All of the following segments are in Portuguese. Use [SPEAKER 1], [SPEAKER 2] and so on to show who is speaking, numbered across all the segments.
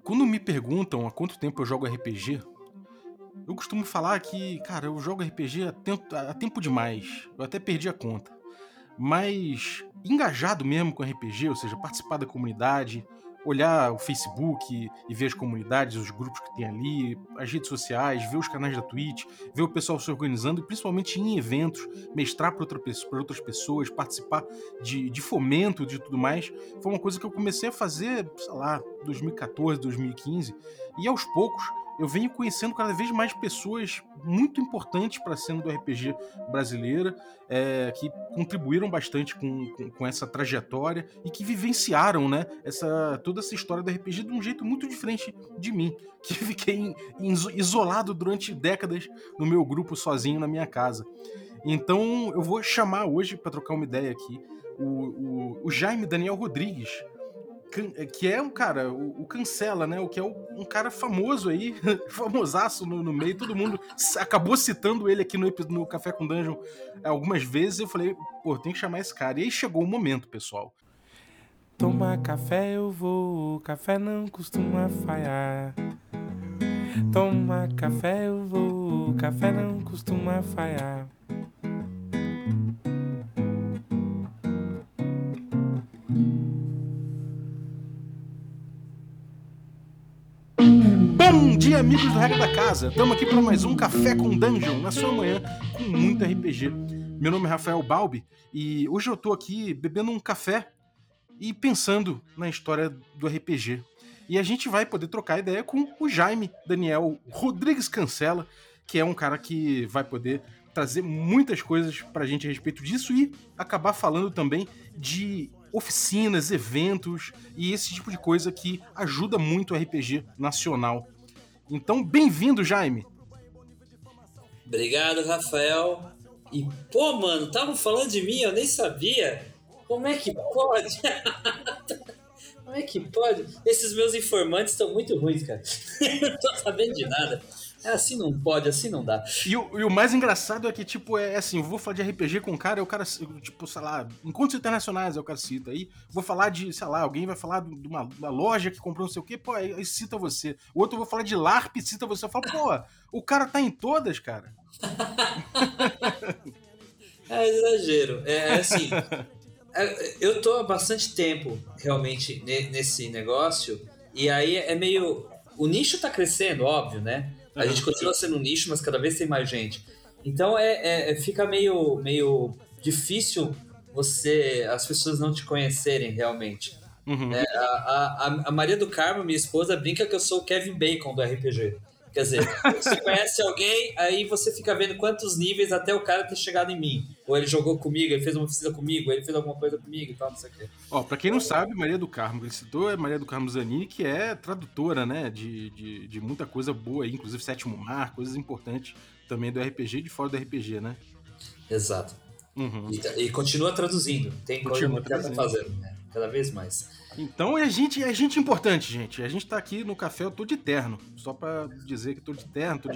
[SPEAKER 1] Quando me perguntam há quanto tempo eu jogo RPG, eu costumo falar que, cara, eu jogo RPG há tempo demais. Eu até perdi a conta. Mas engajado mesmo com RPG, ou seja, participar da comunidade, olhar o Facebook e ver as comunidades, os grupos que tem ali, as redes sociais, ver os canais da Twitch, ver o pessoal se organizando e principalmente em eventos, mestrar para outras pessoas, participar de fomento de tudo mais, foi uma coisa que eu comecei a fazer, sei lá, 2014, 2015, e aos poucos eu venho conhecendo cada vez mais pessoas muito importantes para a cena do RPG brasileira, que contribuíram bastante com essa trajetória e que vivenciaram, né, toda essa história do RPG de um jeito muito diferente de mim, que fiquei isolado durante décadas no meu grupo sozinho na minha casa. Então eu vou chamar hoje, para trocar uma ideia aqui, o Jaime Daniel Rodrigues, que é um cara, o Cancela, né? O que é um cara famoso aí, famosaço no meio, todo mundo acabou citando ele aqui no Café com Dungeon algumas vezes. Eu falei, pô, tem que chamar esse cara. E aí chegou o momento, pessoal.
[SPEAKER 2] Tomar café eu vou, café não costuma falhar. Tomar café eu vou, café não costuma falhar.
[SPEAKER 1] Bom dia, amigos do Regra da Casa! Estamos aqui para mais um Café com Dungeon, na sua manhã, com muito RPG. Meu nome é Rafael Balbi e hoje eu tô aqui bebendo um café e pensando na história do RPG. E a gente vai poder trocar ideia com o Jaime Daniel Rodrigues Cancela, que é um cara que vai poder trazer muitas coisas pra gente a respeito disso e acabar falando também de oficinas, eventos e esse tipo de coisa que ajuda muito o RPG nacional. Então, bem-vindo, Jaime!
[SPEAKER 3] Obrigado, Rafael. E, pô, mano, estavam falando de mim, eu nem sabia. Como é que pode? Como é que pode? Esses meus informantes estão muito ruins, cara. Não tô sabendo de nada. Assim não pode, assim não dá.
[SPEAKER 1] E o mais engraçado é que, tipo, é assim, eu vou falar de RPG com um cara, e o cara, tipo, sei lá, encontros internacionais, o cara cita. Aí vou falar de, sei lá, alguém vai falar de uma loja que comprou não sei o quê, pô, aí cita você. O outro eu vou falar de LARP, cita você. Eu falo, pô, o cara tá em todas, cara.
[SPEAKER 3] É exagero. É assim, eu tô há bastante tempo, realmente, nesse negócio, e aí é meio... O nicho tá crescendo, óbvio, né? A gente continua sendo um nicho, mas cada vez tem mais gente. Então fica meio difícil as pessoas não te conhecerem realmente.
[SPEAKER 1] Uhum.
[SPEAKER 3] Né? A Maria do Carmo, minha esposa, brinca que eu sou o Kevin Bacon do RPG. Quer dizer, você conhece alguém, aí você fica vendo quantos níveis até o cara ter chegado em mim. Ou ele jogou comigo, ele fez uma oficina comigo, ele fez alguma coisa comigo e tal, não sei o quê.
[SPEAKER 1] Ó, pra quem não sabe, Maria do Carmo, que ele citou, é Maria do Carmo Zanini, que é tradutora, né, de muita coisa boa aí, inclusive Sétimo Mar, coisas importantes também do RPG e de fora do RPG, né?
[SPEAKER 3] Exato.
[SPEAKER 1] Uhum.
[SPEAKER 3] E continua traduzindo. Tem coisa que ela tá fazendo, né? Cada vez mais.
[SPEAKER 1] Então é gente importante, gente. A gente tá aqui no café, eu tô de terno. Só pra dizer que tô de terno, tô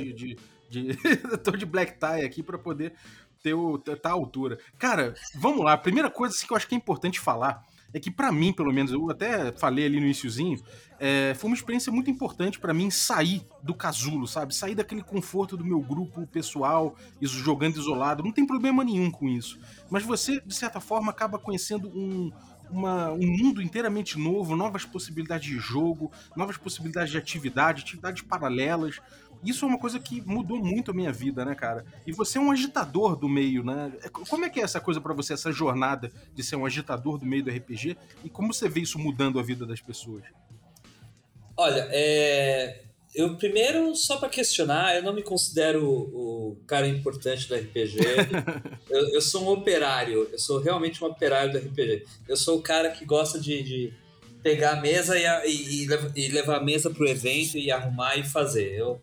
[SPEAKER 1] tô de black tie aqui pra poder tá à altura. Cara, vamos lá. A primeira coisa assim, que eu acho que é importante falar é que pra mim, pelo menos, eu até falei ali no iniciozinho, foi uma experiência muito importante pra mim sair do casulo, sabe? Sair daquele conforto do meu grupo pessoal, jogando isolado. Não tem problema nenhum com isso. Mas você, de certa forma, acaba conhecendo um mundo inteiramente novo, novas possibilidades de jogo, novas possibilidades de atividades paralelas. Isso é uma coisa que mudou muito a minha vida, né, cara? E você é um agitador do meio, né? Como é que é essa coisa pra você, essa jornada de ser um agitador do meio do RPG? E como você vê isso mudando a vida das pessoas?
[SPEAKER 3] Olha, eu primeiro, só para questionar, eu não me considero o cara importante do RPG. Eu sou um operário, eu sou realmente um operário do RPG. Eu sou o cara que gosta de pegar a mesa e levar a mesa pro evento e arrumar e fazer. Eu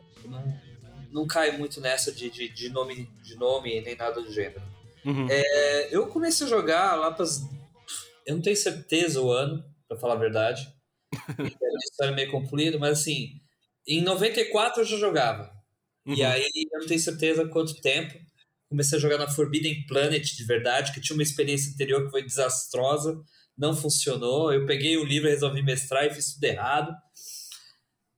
[SPEAKER 3] não caio muito nessa de nome nem nada do gênero.
[SPEAKER 1] Uhum.
[SPEAKER 3] Eu comecei a jogar lá eu não tenho certeza o ano, para falar a verdade. É uma história meio concluída, mas assim, em 94 eu já jogava.
[SPEAKER 1] Uhum.
[SPEAKER 3] E aí eu não tenho certeza quanto tempo. Comecei a jogar na Forbidden Planet de verdade, que tinha uma experiência anterior que foi desastrosa, não funcionou. Eu peguei o livro, resolvi mestrar e fiz tudo errado.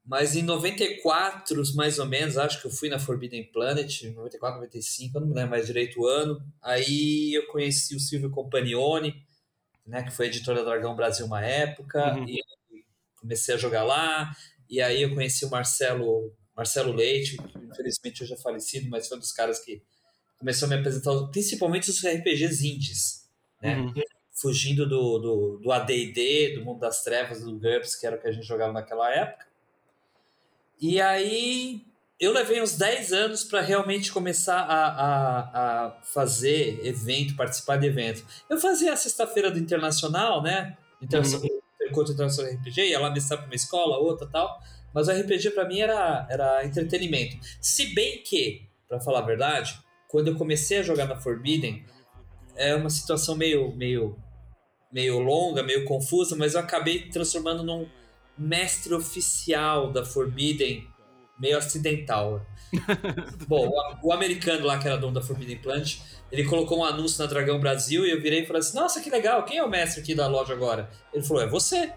[SPEAKER 3] Mas em 94, mais ou menos, acho que eu fui na Forbidden Planet, 94, 95, eu não me lembro mais direito o ano. Aí eu conheci o Silvio Compagnoni, né, que foi editor da Dragão Brasil uma época,
[SPEAKER 1] Uhum.
[SPEAKER 3] e comecei a jogar lá. E aí eu conheci o Marcelo Leite, que infelizmente hoje é falecido, mas foi um dos caras que começou a me apresentar, principalmente os RPGs indies, né?
[SPEAKER 1] Uhum.
[SPEAKER 3] Fugindo do AD&D, do Mundo das Trevas, do GURPS, que era o que a gente jogava naquela época. E aí eu levei uns 10 anos para realmente começar a fazer evento, participar de evento. Eu fazia a sexta-feira do Internacional, né? Encontro Internacional de RPG, ia lá mestrar para uma escola, outra tal. Mas o RPG para mim era entretenimento. Se bem que, para falar a verdade, quando eu comecei a jogar na Forbidden, é uma situação meio longa, meio confusa, mas eu acabei transformando num mestre oficial da Forbidden, meio acidental. Bom, o americano lá, que era dono da Forbidden Planet, ele colocou um anúncio na Dragão Brasil e eu virei e falei assim, nossa, que legal, quem é o mestre aqui da loja agora? Ele falou, é você.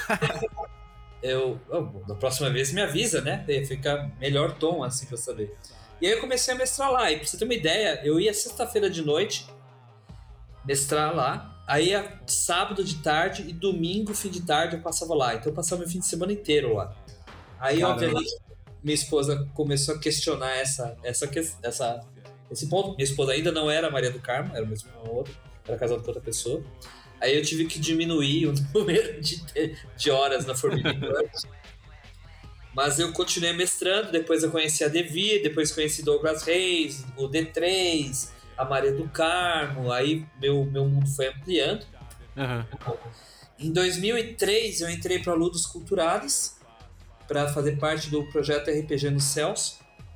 [SPEAKER 3] Da próxima vez me avisa, né? Fica melhor tom, assim, pra saber. E aí eu comecei a mestrar lá, e pra você ter uma ideia, eu ia sexta-feira de noite mestrar lá. Aí sábado de tarde e domingo, fim de tarde, eu passava lá. Então eu passava meu fim de semana inteiro lá. Aí,
[SPEAKER 1] Caramba.
[SPEAKER 3] obviamente, minha esposa começou a questionar esse ponto. Minha esposa ainda não era Maria do Carmo, era mesmo uma outra, era casada com outra pessoa. Aí eu tive que diminuir o número de horas na Forbidden Planet. Mas eu continuei mestrando, depois eu conheci a Devir, depois conheci Douglas Reis, o D3, a Maria do Carmo, aí meu mundo foi ampliando.
[SPEAKER 1] Uhum.
[SPEAKER 3] Em 2003 eu entrei para Ludos Culturais para fazer parte do projeto RPG nos Céus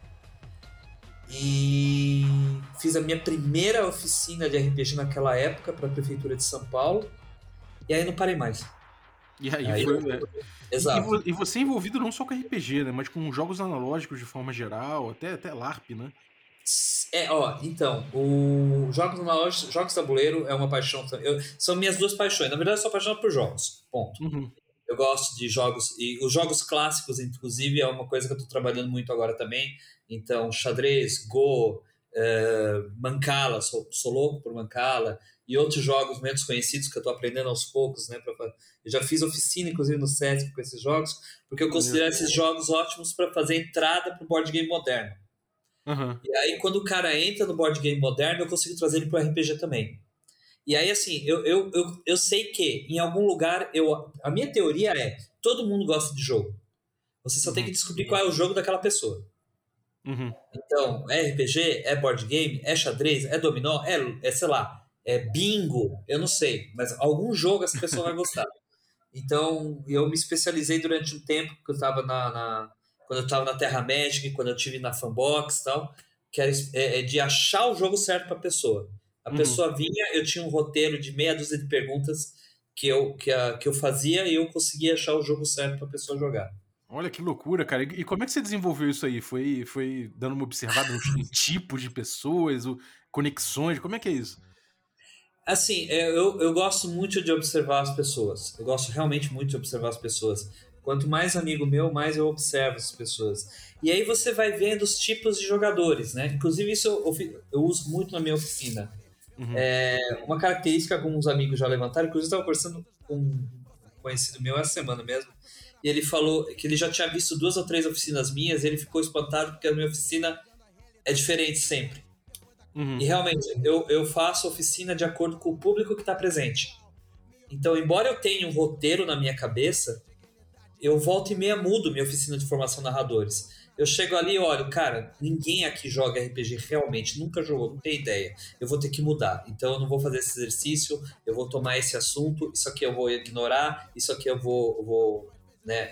[SPEAKER 3] e fiz a minha primeira oficina de RPG naquela época para a Prefeitura de São Paulo e aí não parei mais.
[SPEAKER 1] E aí foi.
[SPEAKER 3] Exato.
[SPEAKER 1] E você é envolvido não só com RPG, né? Mas com jogos analógicos de forma geral, até LARP, né?
[SPEAKER 3] Então, jogos analógicos, jogos tabuleiro é uma paixão. São minhas duas paixões. Na verdade, eu sou apaixonado por jogos. Ponto.
[SPEAKER 1] Uhum.
[SPEAKER 3] Eu gosto de jogos, e os jogos clássicos, inclusive, é uma coisa que eu estou trabalhando muito agora também. Então, xadrez, Go, Mancala, sou louco por Mancala, e outros jogos menos conhecidos que eu estou aprendendo aos poucos, né? Eu já fiz oficina, inclusive, no SESC com esses jogos, porque eu considero esses jogos ótimos para fazer entrada para o board game moderno.
[SPEAKER 1] Uhum.
[SPEAKER 3] E aí, quando o cara entra no board game moderno, eu consigo trazer ele para o RPG também. E aí, assim, eu sei que em algum lugar, a minha teoria é, todo mundo gosta de jogo. Você só tem que descobrir qual é o jogo daquela pessoa.
[SPEAKER 1] Uhum.
[SPEAKER 3] Então, é RPG, é board game, é xadrez, é dominó, sei lá, é bingo, eu não sei. Mas algum jogo essa pessoa vai gostar. Então, eu me especializei durante um tempo, que eu estava quando eu estava na Terra Magic, quando eu estive na Fanbox e tal, que era de achar o jogo certo para a pessoa. A pessoa vinha, eu tinha um roteiro de meia dúzia de perguntas que eu fazia e eu conseguia achar o jogo certo para a pessoa jogar.
[SPEAKER 1] Olha que loucura, cara. E como é que você desenvolveu isso aí? Foi dando uma observada em tipos de pessoas, conexões? Como é que é isso?
[SPEAKER 3] Assim, eu gosto muito de observar as pessoas. Eu gosto realmente muito de observar as pessoas. Quanto mais amigo meu, mais eu observo as pessoas. E aí você vai vendo os tipos de jogadores, né? Inclusive isso eu uso muito na minha oficina.
[SPEAKER 1] Uhum.
[SPEAKER 3] Uma característica que alguns amigos já levantaram, inclusive eu estava conversando com um conhecido meu essa semana mesmo, e ele falou que ele já tinha visto 2 ou 3 oficinas minhas e ele ficou espantado porque a minha oficina é diferente sempre.
[SPEAKER 1] Uhum.
[SPEAKER 3] E realmente, eu faço oficina de acordo com o público que está presente. Então, embora eu tenha um roteiro na minha cabeça, eu volto e meia mudo minha oficina de formação narradores. Eu chego ali e olho, cara, ninguém aqui joga RPG realmente, nunca jogou, não tem ideia. Eu vou ter que mudar. Então eu não vou fazer esse exercício, eu vou tomar esse assunto, isso aqui eu vou ignorar, isso aqui eu vou né,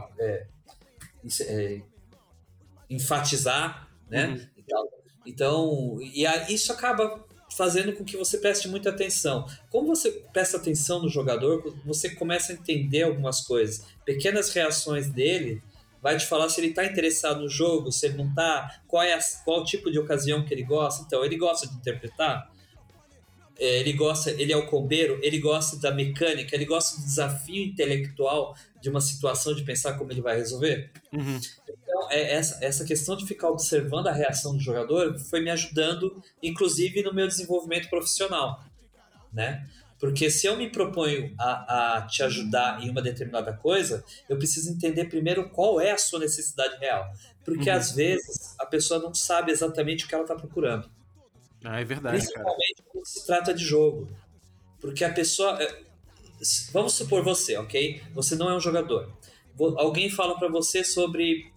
[SPEAKER 3] enfatizar, né? Então, isso acaba fazendo com que você preste muita atenção. Como você presta atenção no jogador, você começa a entender algumas coisas. Pequenas reações dele vai te falar se ele está interessado no jogo, se ele não está, qual tipo de ocasião que ele gosta. Então, ele gosta de interpretar ele é o combeiro, ele gosta da mecânica, ele gosta do desafio intelectual de uma situação, de pensar como ele vai resolver.
[SPEAKER 1] Uhum.
[SPEAKER 3] Então, essa questão de ficar observando a reação do jogador foi me ajudando, inclusive, no meu desenvolvimento profissional, né? Porque se eu me proponho a te ajudar em uma determinada coisa, eu preciso entender primeiro qual é a sua necessidade real. Porque, às vezes, a pessoa não sabe exatamente o que ela está procurando.
[SPEAKER 1] Ah, é verdade, cara.
[SPEAKER 3] Principalmente quando se trata de jogo. Porque a pessoa... Vamos supor você, ok? Você não é um jogador. Alguém fala pra você sobre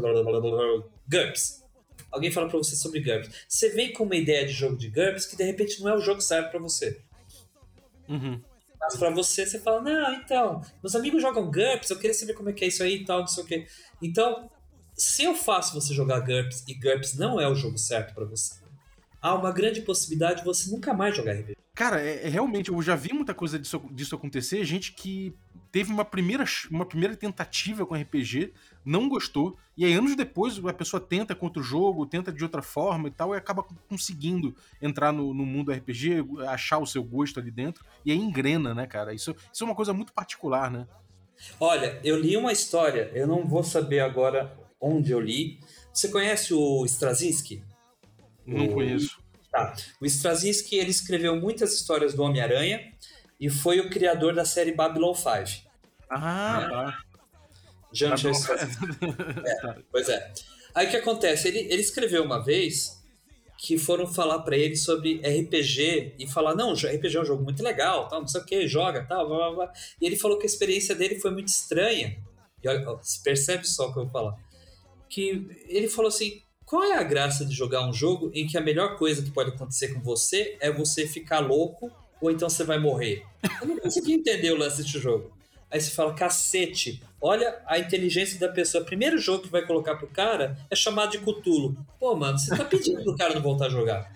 [SPEAKER 3] GURPS. Alguém fala pra você sobre GURPS. Você vem com uma ideia de jogo de GURPS que de repente não é o jogo certo pra você.
[SPEAKER 1] Uhum.
[SPEAKER 3] Mas pra você, você fala, não, então, meus amigos jogam GURPS, eu queria saber como é que é isso aí e tal, não sei o quê. Então, se eu faço você jogar GURPS e GURPS não é o jogo certo pra você, há uma grande possibilidade de você nunca mais jogar RPG.
[SPEAKER 1] Cara, realmente, eu já vi muita coisa disso acontecer. Gente que teve uma primeira tentativa com RPG, não gostou, e aí anos depois a pessoa tenta com outro jogo, tenta de outra forma e tal, e acaba conseguindo entrar no mundo RPG, achar o seu gosto ali dentro, e aí engrena, né, cara? Isso é uma coisa muito particular, né?
[SPEAKER 3] Olha, eu li uma história, eu não vou saber agora onde eu li. Você conhece o Straczynski?
[SPEAKER 1] Não conheço.
[SPEAKER 3] Tá. O Straczynski, ele escreveu muitas histórias do Homem-Aranha e foi o criador da série Babylon 5.
[SPEAKER 1] Ah,
[SPEAKER 3] né?
[SPEAKER 1] tá.
[SPEAKER 3] Jean-Michel Straczynski.
[SPEAKER 1] Tá.
[SPEAKER 3] Pois é. Aí o que acontece? Ele escreveu uma vez que foram falar pra ele sobre RPG e falar, não, RPG é um jogo muito legal, tal, não sei o que, joga, tal, blá, blá, blá. E ele falou que a experiência dele foi muito estranha. E olha, percebe só o que eu vou falar. Que ele falou assim, qual é a graça de jogar um jogo em que a melhor coisa que pode acontecer com você é você ficar louco ou então você vai morrer? Eu não consegui entender o lance desse jogo. Aí você fala, cacete, olha a inteligência da pessoa. O primeiro jogo que vai colocar pro cara é chamado de Cthulhu. Pô, mano, você tá pedindo pro cara não voltar a jogar.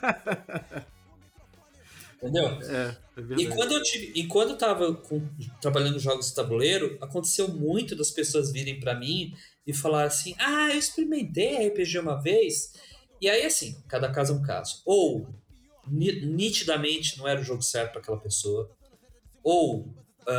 [SPEAKER 3] Entendeu?
[SPEAKER 1] É verdade.
[SPEAKER 3] E quando eu tava trabalhando em jogos de tabuleiro, aconteceu muito das pessoas virem pra mim e falar assim, ah, eu experimentei RPG uma vez. E aí, assim, cada caso é um caso. Ou, nitidamente, não era o jogo certo para aquela pessoa. Ou,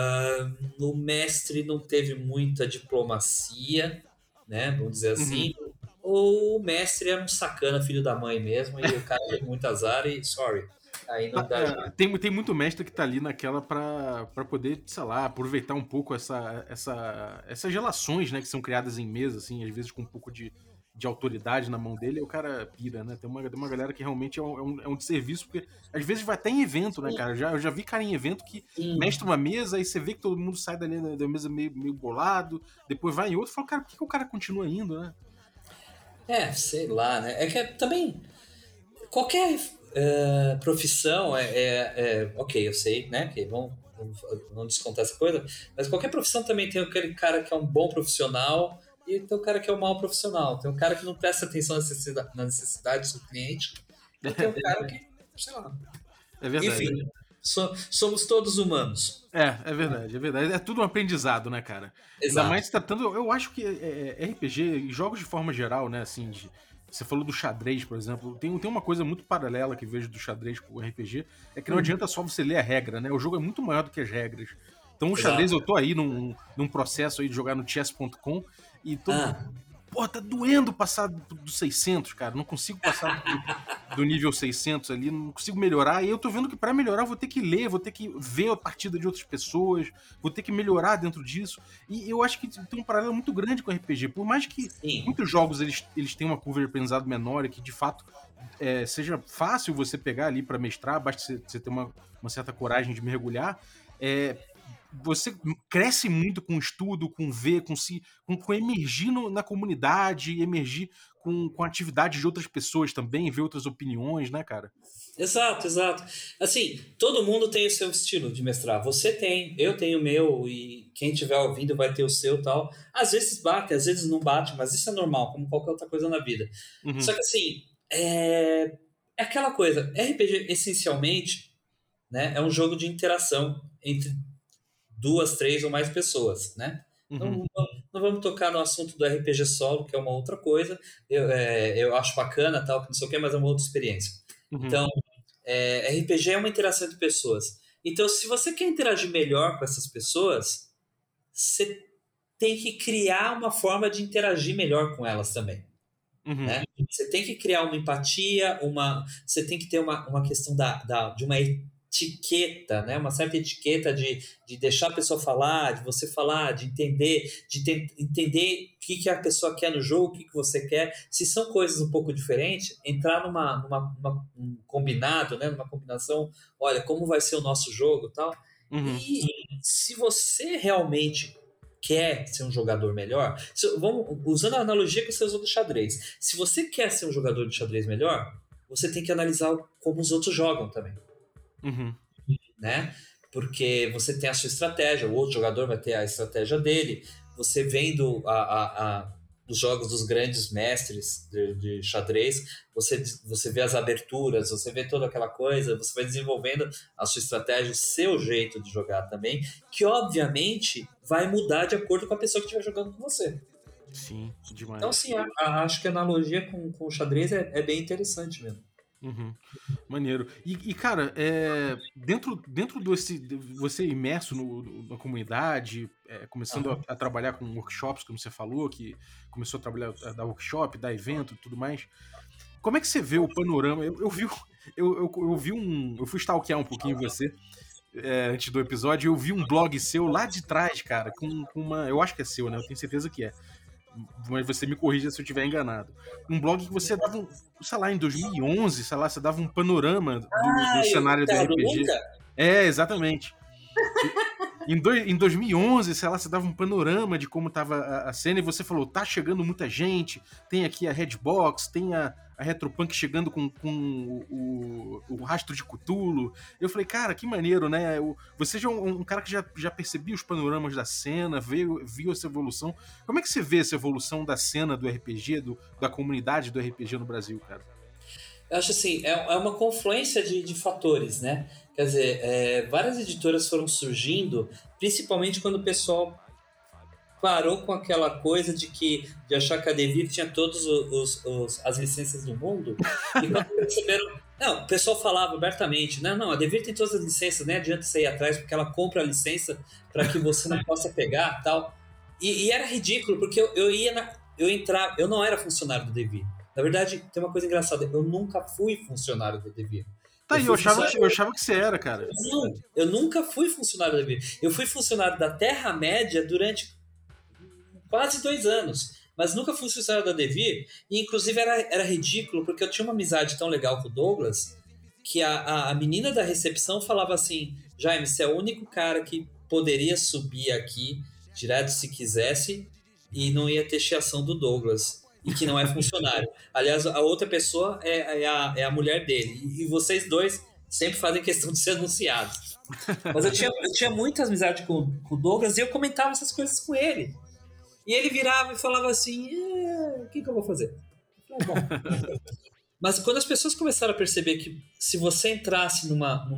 [SPEAKER 3] o mestre não teve muita diplomacia, né, vamos dizer assim. Ou o mestre era um sacana, filho da mãe mesmo, e o cara teve muito azar e, sorry, aí não dá jeito.
[SPEAKER 1] Tem muito mestre que tá ali naquela pra poder, sei lá, aproveitar um pouco essas relações, né, que são criadas em mesa, assim, às vezes com um pouco de autoridade na mão dele, e o cara pira, né? Tem uma galera que realmente é um desserviço, porque às vezes vai até em evento, né, cara? Eu já vi cara em evento que mestra uma mesa, aí você vê que todo mundo sai dali da mesa meio bolado, depois vai em outro e fala, cara, por que o cara continua indo, né?
[SPEAKER 3] Sei lá, né? É que também qualquer profissão ok, eu sei, né? Que vamos descontar essa coisa, mas qualquer profissão também tem aquele cara que é um bom profissional e tem o cara que é um mau profissional. Tem um cara que não presta atenção na necessidade do cliente e tem um cara que, sei lá.
[SPEAKER 1] É verdade.
[SPEAKER 3] Enfim, somos todos humanos.
[SPEAKER 1] É verdade, é verdade. É tudo um aprendizado, né, cara?
[SPEAKER 3] Exato.
[SPEAKER 1] Ainda mais se tratando. Eu acho que RPG e jogos de forma geral, né, assim, você falou do xadrez, por exemplo. Tem uma coisa muito paralela que vejo do xadrez com o RPG, é que não adianta só você ler a regra, né? O jogo é muito maior do que as regras. Então o xadrez, eu tô aí num processo aí de jogar no chess.com e tô... Pô, tá doendo passar dos 600, cara. Não consigo passar do nível 600 ali, não consigo melhorar. E eu tô vendo que pra melhorar eu vou ter que ler, vou ter que ver a partida de outras pessoas, vou ter que melhorar dentro disso. E eu acho que tem um paralelo muito grande com o RPG. Por mais que muitos jogos eles tenham uma curva de aprendizado menor e que de fato seja fácil você pegar ali pra mestrar, basta você ter uma certa coragem de mergulhar, você cresce muito com o estudo, com ver, com emergir na comunidade, emergir com a atividade de outras pessoas também, ver outras opiniões, né, cara?
[SPEAKER 3] Exato. Assim, todo mundo tem o seu estilo de mestrar. Você tem, eu tenho o meu, e quem estiver ouvindo vai ter o seu e tal. Às vezes bate, às vezes não bate, mas isso é normal, como qualquer outra coisa na vida. Só que assim, é aquela coisa, RPG essencialmente, né, é um jogo de interação entre 2, 3 ou mais pessoas, né? Não vamos tocar no assunto do RPG solo, que é uma outra coisa. Eu acho bacana, tal, que não sei o que, mas é uma outra experiência. Então, RPG é uma interação entre pessoas. Então, se você quer interagir melhor com essas pessoas, você tem que criar uma forma de interagir melhor com elas também. Né? Você tem que criar uma empatia, você tem que ter uma questão de uma etiqueta, né? Uma certa etiqueta de deixar a pessoa falar, de você falar, de entender, entender o que a pessoa quer no jogo, o que você quer. Se são coisas um pouco diferentes, entrar num combinado, né? Numa combinação, olha, como vai ser o nosso jogo e tal. E se você realmente quer ser um jogador melhor, usando a analogia que você usou do xadrez, se você quer ser um jogador de xadrez melhor, você tem que analisar como os outros jogam também. Né? Porque você tem a sua estratégia, o outro jogador vai ter a estratégia dele. Você vendo os jogos dos grandes mestres de xadrez, você vê as aberturas, você vê toda aquela coisa, você vai desenvolvendo a sua estratégia, o seu jeito de jogar também, que obviamente vai mudar de acordo com a pessoa que estiver jogando com você.
[SPEAKER 1] Sim, demais.
[SPEAKER 3] Então, sim, acho que a analogia com o xadrez é bem interessante mesmo.
[SPEAKER 1] Maneiro. E cara, dentro você imerso na comunidade, começando a trabalhar com workshops, como você falou, que começou a trabalhar, a dar workshop, dar evento e tudo mais, como é que você vê o panorama? Eu fui stalkear um pouquinho você antes do episódio, eu vi um blog seu lá de trás, cara, com uma... Eu acho que é seu, né? Eu tenho certeza que é. Mas você me corrija se eu estiver enganado. Um blog que você dava, sei lá, em 2011, sei lá, você dava um panorama do cenário do RPG. Exatamente. Em 2011, sei lá, você dava um panorama de como tava a cena e você falou, tá chegando muita gente, tem aqui a Redbox, tem a Retropunk chegando com o Rastro de Cthulhu. Eu falei, cara, que maneiro, né? Você já é um cara que já percebia os panoramas da cena, viu essa evolução. Como é que você vê essa evolução da cena do RPG, da comunidade do RPG no Brasil, cara?
[SPEAKER 3] Eu acho assim, é uma confluência de fatores, né? Quer dizer, várias editoras foram surgindo, principalmente quando o pessoal parou com aquela coisa de achar que a Devir tinha todas as licenças do mundo. E quando perceberam... Não, o pessoal falava abertamente, não, a Devir tem todas as licenças, nem adianta você ir atrás, porque ela compra a licença para que você não possa pegar tal. E era ridículo, porque eu não era funcionário do Devir. Na verdade, tem uma coisa engraçada, eu nunca fui funcionário do Devir.
[SPEAKER 1] Tá aí, eu achava que você era, cara.
[SPEAKER 3] Não, eu nunca fui funcionário do Devir. Eu fui funcionário da Terra-média durante quase 2 anos, mas nunca fui funcionário da Devir, e inclusive era ridículo, porque eu tinha uma amizade tão legal com o Douglas, que a menina da recepção falava assim, Jaime, você é o único cara que poderia subir aqui direto se quisesse, e não ia ter chiação do Douglas, e que não é funcionário. Aliás, a outra pessoa é a mulher dele, e vocês dois sempre fazem questão de ser anunciados. Mas eu tinha muita amizade com o Douglas, e eu comentava essas coisas com ele. E ele virava e falava assim, o que eu vou fazer? Eu falei, bom. Mas quando as pessoas começaram a perceber que se você entrasse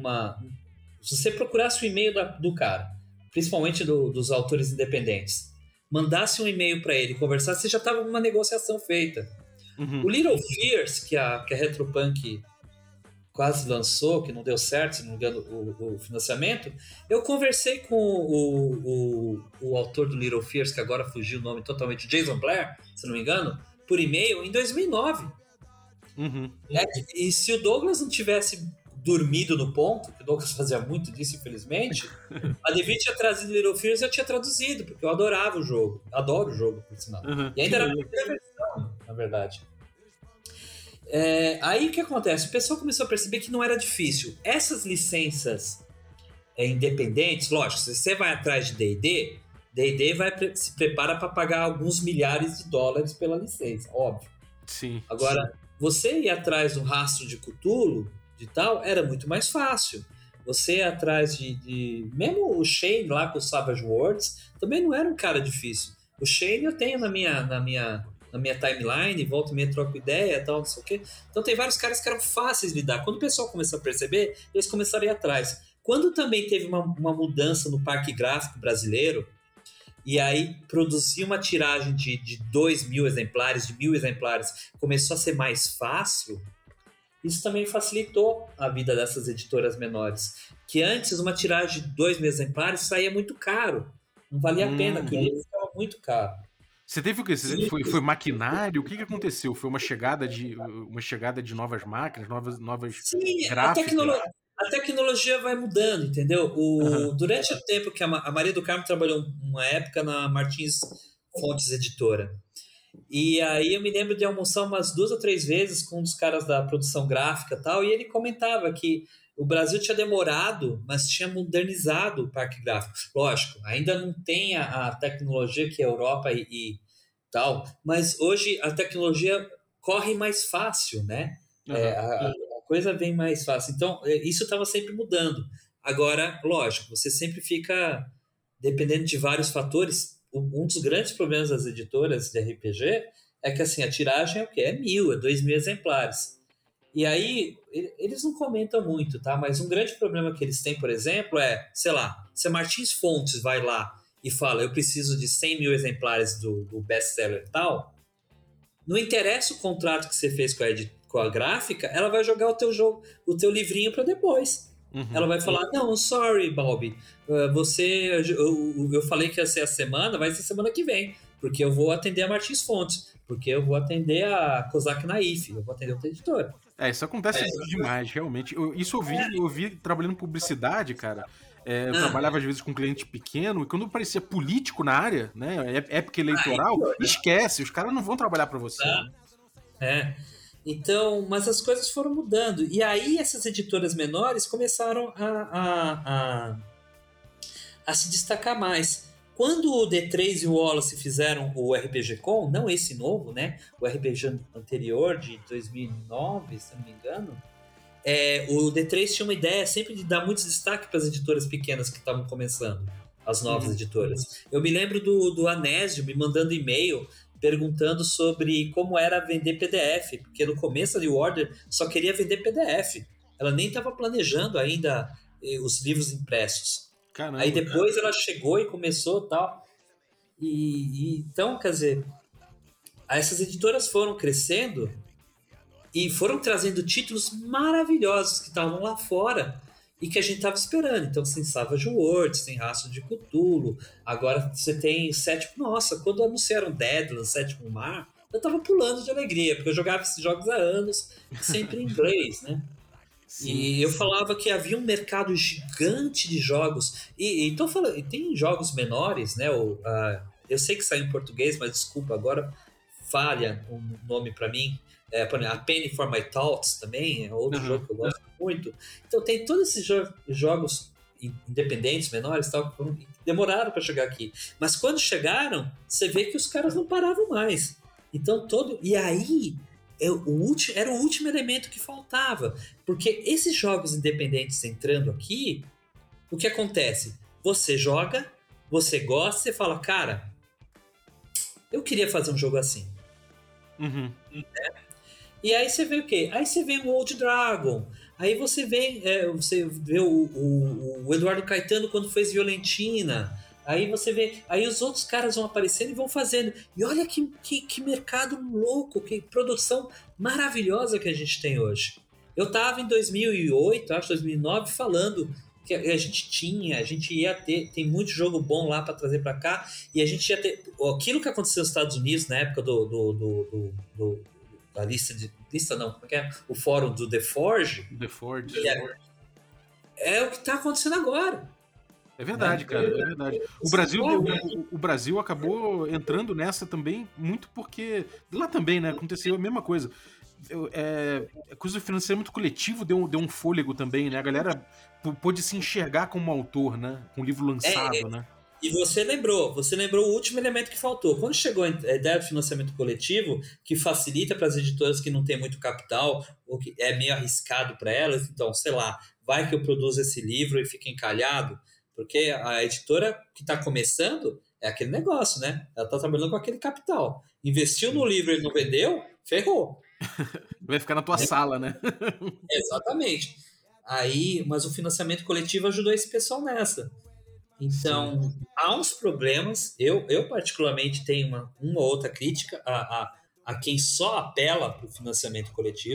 [SPEAKER 3] se você procurasse o e-mail do cara, principalmente dos autores independentes, mandasse um e-mail para ele, conversasse, você já estava com uma negociação feita. O Little Fears, que a Retropunk quase lançou, que não deu certo, se não me engano, o financiamento, eu conversei com o autor do Little Fears, que agora fugiu o nome totalmente, Jason Blair, se não me engano, por e-mail em 2009. Né? E se o Douglas não tivesse dormido no ponto, que o Douglas fazia muito disso, infelizmente, a Devir tinha trazido Little Fears e eu tinha traduzido, porque eu adorava o jogo. Adoro o jogo, por sinal. E ainda era a primeira versão, na verdade. Aí o que acontece? O pessoal começou a perceber que não era difícil. Essas licenças independentes, lógico, se você vai atrás de D&D se prepara para pagar alguns milhares de dólares pela licença, óbvio.
[SPEAKER 1] Sim.
[SPEAKER 3] Agora, você ir atrás do Rastro de Cthulhu, de tal, era muito mais fácil. Você ir atrás mesmo o Shane lá com o Savage Worlds, também não era um cara difícil. O Shane eu tenho na minha timeline, volta e meia, troco ideia e tal, não sei o quê. Então tem vários caras que eram fáceis de lidar. Quando o pessoal começou a perceber, eles começaram a ir atrás. Quando também teve uma mudança no parque gráfico brasileiro, e aí produzir uma tiragem de 2.000 exemplares, de 1.000 exemplares, começou a ser mais fácil, isso também facilitou a vida dessas editoras menores. Que antes, uma tiragem de 2.000 exemplares saía muito caro. Não valia a pena, que o livro ficava muito caro.
[SPEAKER 1] Você teve o quê? Foi maquinário? O que aconteceu? Foi uma chegada de novas máquinas, novas
[SPEAKER 3] Sim,
[SPEAKER 1] gráficas?
[SPEAKER 3] a tecnologia vai mudando, entendeu? Durante o tempo que a Maria do Carmo trabalhou uma época na Martins Fontes Editora. E aí eu me lembro de almoçar umas 2 ou 3 vezes com um dos caras da produção gráfica e tal, e ele comentava que o Brasil tinha demorado, mas tinha modernizado o parque gráfico. Lógico, ainda não tem a tecnologia que a Europa e tal, mas hoje a tecnologia corre mais fácil, né? A coisa vem mais fácil. Então, isso estava sempre mudando. Agora, lógico, você sempre fica dependendo de vários fatores. Um dos grandes problemas das editoras de RPG é que assim, a tiragem é o quê? É 1.000, é 2.000 exemplares. E aí, eles não comentam muito, tá? Mas um grande problema que eles têm, por exemplo, é, sei lá, se a Martins Fontes vai lá e fala, eu preciso de 100.000 exemplares do best-seller tal, não interessa o contrato que você fez com a gráfica, ela vai jogar o teu livrinho para depois. Ela vai falar, não, sorry, Bob, eu falei que ia ser a semana, vai ser semana que vem, porque eu vou atender a Martins Fontes, porque eu vou atender a Kozak Naif, eu vou atender outra editora.
[SPEAKER 1] Isso acontece demais, realmente. Isso eu vi trabalhando em publicidade, cara. Eu trabalhava às vezes com cliente pequeno, e quando aparecia político na área, né, época eleitoral, esquece, os caras não vão trabalhar para você.
[SPEAKER 3] Então, mas as coisas foram mudando. E aí essas editoras menores começaram a se destacar mais. Quando o D3 e o Wallace fizeram o RPG Con, não esse novo, né? O RPG anterior, de 2009, se não me engano, o D3 tinha uma ideia sempre de dar muito destaque para as editoras pequenas que estavam começando, as novas editoras. Eu me lembro do Anésio me mandando e-mail perguntando sobre como era vender PDF, porque no começo a New Order só queria vender PDF. Ela nem estava planejando ainda os livros impressos.
[SPEAKER 1] Caramba,
[SPEAKER 3] aí depois ela chegou e começou tal. Então, quer dizer, essas editoras foram crescendo e foram trazendo títulos maravilhosos que estavam lá fora e que a gente estava esperando. Então, tem Savage Worlds, tem Rastro de Cthulhu, agora você tem Sétimo... Nossa, quando anunciaram Deadlands, Sétimo Mar, eu tava pulando de alegria, porque eu jogava esses jogos há anos, sempre em inglês, né? E eu falava que havia um mercado gigante de jogos. E tô falando, e tem jogos menores, né? Eu sei que saiu em português, mas desculpa, agora falha um nome para mim. A Penny for My Thoughts também é outro jogo que eu gosto muito. Então tem todos esses jogos independentes, menores, tal, que demoraram para chegar aqui. Mas quando chegaram, você vê que os caras não paravam mais. Então E aí era o último elemento que faltava. Porque esses jogos independentes entrando aqui, o que acontece? Você joga, você gosta, você fala, cara, eu queria fazer um jogo assim. E aí você vê o quê? Aí você vê o Old Dragon. Aí você vê o Eduardo Caetano quando fez Violentina. Aí você vê... Aí os outros caras vão aparecendo e vão fazendo. E olha que mercado louco, que produção maravilhosa que a gente tem hoje. Eu tava em 2008, acho 2009, falando que a gente ia ter... Tem muito jogo bom lá para trazer para cá. E a gente ia ter... Aquilo que aconteceu nos Estados Unidos na época da lista não, como é que é? O fórum do The Forge.
[SPEAKER 1] The Forge.
[SPEAKER 3] É o que está acontecendo agora.
[SPEAKER 1] É verdade, cara, é verdade. O Brasil acabou entrando nessa também, muito porque lá também, né, aconteceu a mesma coisa. A coisa do financiamento coletivo deu um fôlego também, né? A galera pôde se enxergar como autor, né? Com o livro lançado, né?
[SPEAKER 3] E você lembrou o último elemento que faltou. Quando chegou a ideia do financiamento coletivo, que facilita para as editoras que não têm muito capital, ou que é meio arriscado para elas, então, sei lá, vai que eu produzo esse livro e fica encalhado, porque a editora que está começando é aquele negócio, né? Ela está trabalhando com aquele capital. Investiu no livro e ele não vendeu, ferrou.
[SPEAKER 1] Vai ficar na tua sala, né?
[SPEAKER 3] Exatamente. Mas o financiamento coletivo ajudou esse pessoal nessa. Então, há uns problemas. Eu particularmente tenho uma outra crítica a quem só apela para o financiamento coletivo.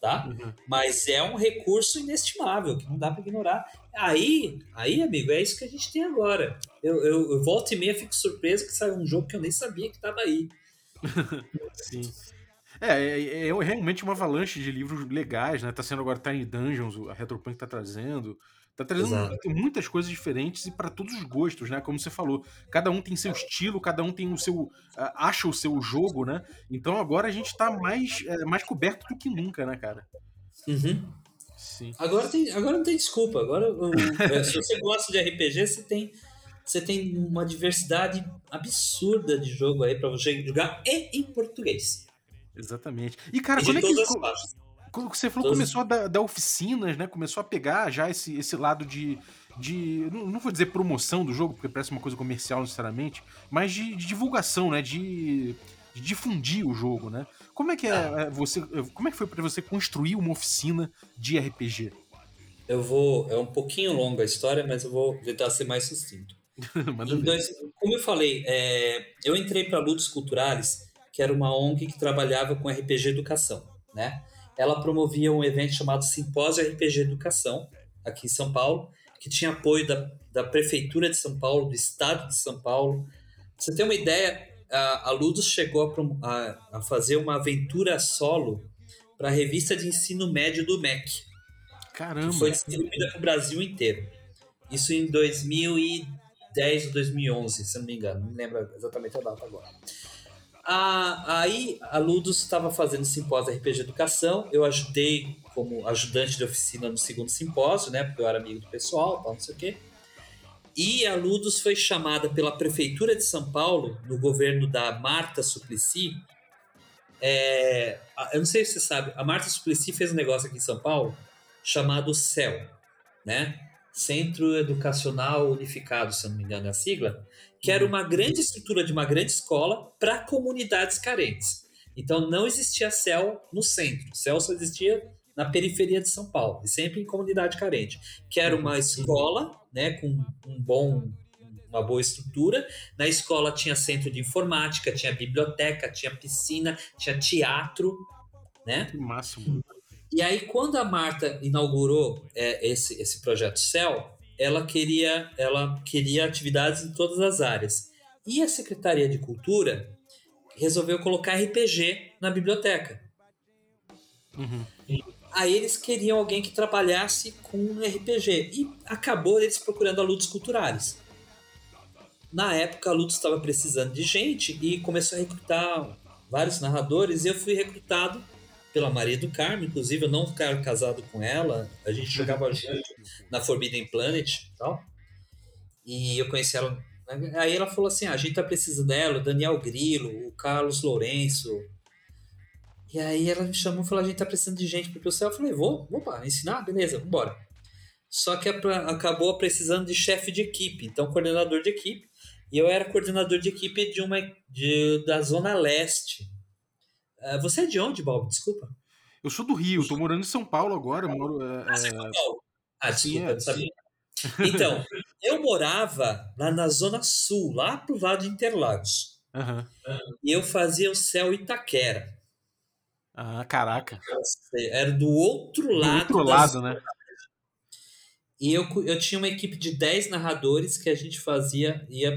[SPEAKER 3] tá?
[SPEAKER 1] Uhum.
[SPEAKER 3] Mas é um recurso inestimável, que não dá para ignorar. Aí, amigo, é isso que a gente tem agora. Eu volto e meia fico surpreso que saiu um jogo que eu nem sabia que estava aí.
[SPEAKER 1] Sim. É realmente uma avalanche de livros legais, né? Tá sendo agora Tiny Dungeons, a Retropunk tá trazendo. Tá trazendo
[SPEAKER 3] Exato.
[SPEAKER 1] muitas coisas diferentes e para todos os gostos, né? Como você falou, cada um tem seu estilo, cada um tem o seu. Acha o seu jogo, né? Então agora a gente tá mais coberto do que nunca, né, cara?
[SPEAKER 3] Uhum.
[SPEAKER 1] Sim.
[SPEAKER 3] Agora não tem desculpa. Se você gosta de RPG, você tem uma diversidade absurda de jogo aí para você jogar em português.
[SPEAKER 1] Exatamente. E, cara,
[SPEAKER 3] E
[SPEAKER 1] quando
[SPEAKER 3] de
[SPEAKER 1] é que.
[SPEAKER 3] todas as faixas.
[SPEAKER 1] Quando você falou,
[SPEAKER 3] Todas...
[SPEAKER 1] começou a dar oficinas, né? Começou a pegar já esse lado não vou dizer promoção do jogo, porque parece uma coisa comercial necessariamente, mas de divulgação, né? De difundir o jogo, né? Como é que como é que foi pra você construir uma oficina de RPG?
[SPEAKER 3] É um pouquinho longa a história, mas eu vou tentar ser mais sucinto.
[SPEAKER 1] Manda ver.
[SPEAKER 3] Como eu falei, eu entrei para Ludos Culturais, que era uma ONG que trabalhava com RPG Educação, né? Ela promovia um evento chamado Simpósio RPG Educação, aqui em São Paulo, que tinha apoio da Prefeitura de São Paulo, do Estado de São Paulo. Pra você ter uma ideia, a Ludos chegou a fazer uma aventura solo para a revista de ensino médio do MEC, que foi
[SPEAKER 1] Caramba.
[SPEAKER 3] distribuída para o Brasil inteiro. Isso em 2010 ou 2011, se não me engano. Não me lembro exatamente a data agora. Aí a Ludus estava fazendo simpósio RPG Educação. Eu ajudei como ajudante de oficina no segundo simpósio, né? Porque eu era amigo do pessoal, tal, não sei o quê. E a Ludus foi chamada pela Prefeitura de São Paulo, no governo da Marta Suplicy. Eu não sei se você sabe, a Marta Suplicy fez um negócio aqui em São Paulo chamado CEL, né? Centro Educacional Unificado, se eu não me engano é a sigla, que era uma grande estrutura de uma grande escola para comunidades carentes. Então não existia CEL no centro, CEL só existia na periferia de São Paulo, e sempre em comunidade carente, que era uma escola, né, com uma boa estrutura. Na escola tinha centro de informática, tinha biblioteca, tinha piscina, tinha teatro, né?
[SPEAKER 1] Que máximo.
[SPEAKER 3] E aí, quando a Marta inaugurou esse projeto CEL, ela queria atividades em todas as áreas. E a Secretaria de Cultura resolveu colocar RPG na biblioteca.
[SPEAKER 1] Uhum.
[SPEAKER 3] Aí eles queriam alguém que trabalhasse com RPG. E acabou eles procurando a Ludos Culturais. Na época, a Ludos estava precisando de gente e começou a recrutar vários narradores. E eu fui recrutado pela Maria do Carmo, inclusive eu não fiquei casado com ela, a gente jogava junto na Forbidden Planet e tal, e eu conheci ela, aí ela falou assim, a gente tá precisando dela, o Daniel Grillo, o Carlos Lourenço, e aí ela me chamou e falou, a gente tá precisando de gente pro céu, eu falei, vou para ensinar, beleza, vambora. Só que acabou precisando de chefe de equipe, então coordenador de equipe, e eu era coordenador de equipe da Zona Leste. Você é de onde, Bob? Desculpa.
[SPEAKER 1] Eu sou do Rio, tô morando em São Paulo agora. Moro,
[SPEAKER 3] Você é São Paulo?
[SPEAKER 1] Sim,
[SPEAKER 3] Desculpa, eu não sabia. Então, eu morava lá na Zona Sul, lá pro lado de Interlagos.
[SPEAKER 1] Uhum.
[SPEAKER 3] E eu fazia o Céu Itaquera.
[SPEAKER 1] Ah, caraca.
[SPEAKER 3] Era do outro
[SPEAKER 1] Do
[SPEAKER 3] lado
[SPEAKER 1] outro lado, né?
[SPEAKER 3] E eu tinha uma equipe de 10 narradores que a gente ia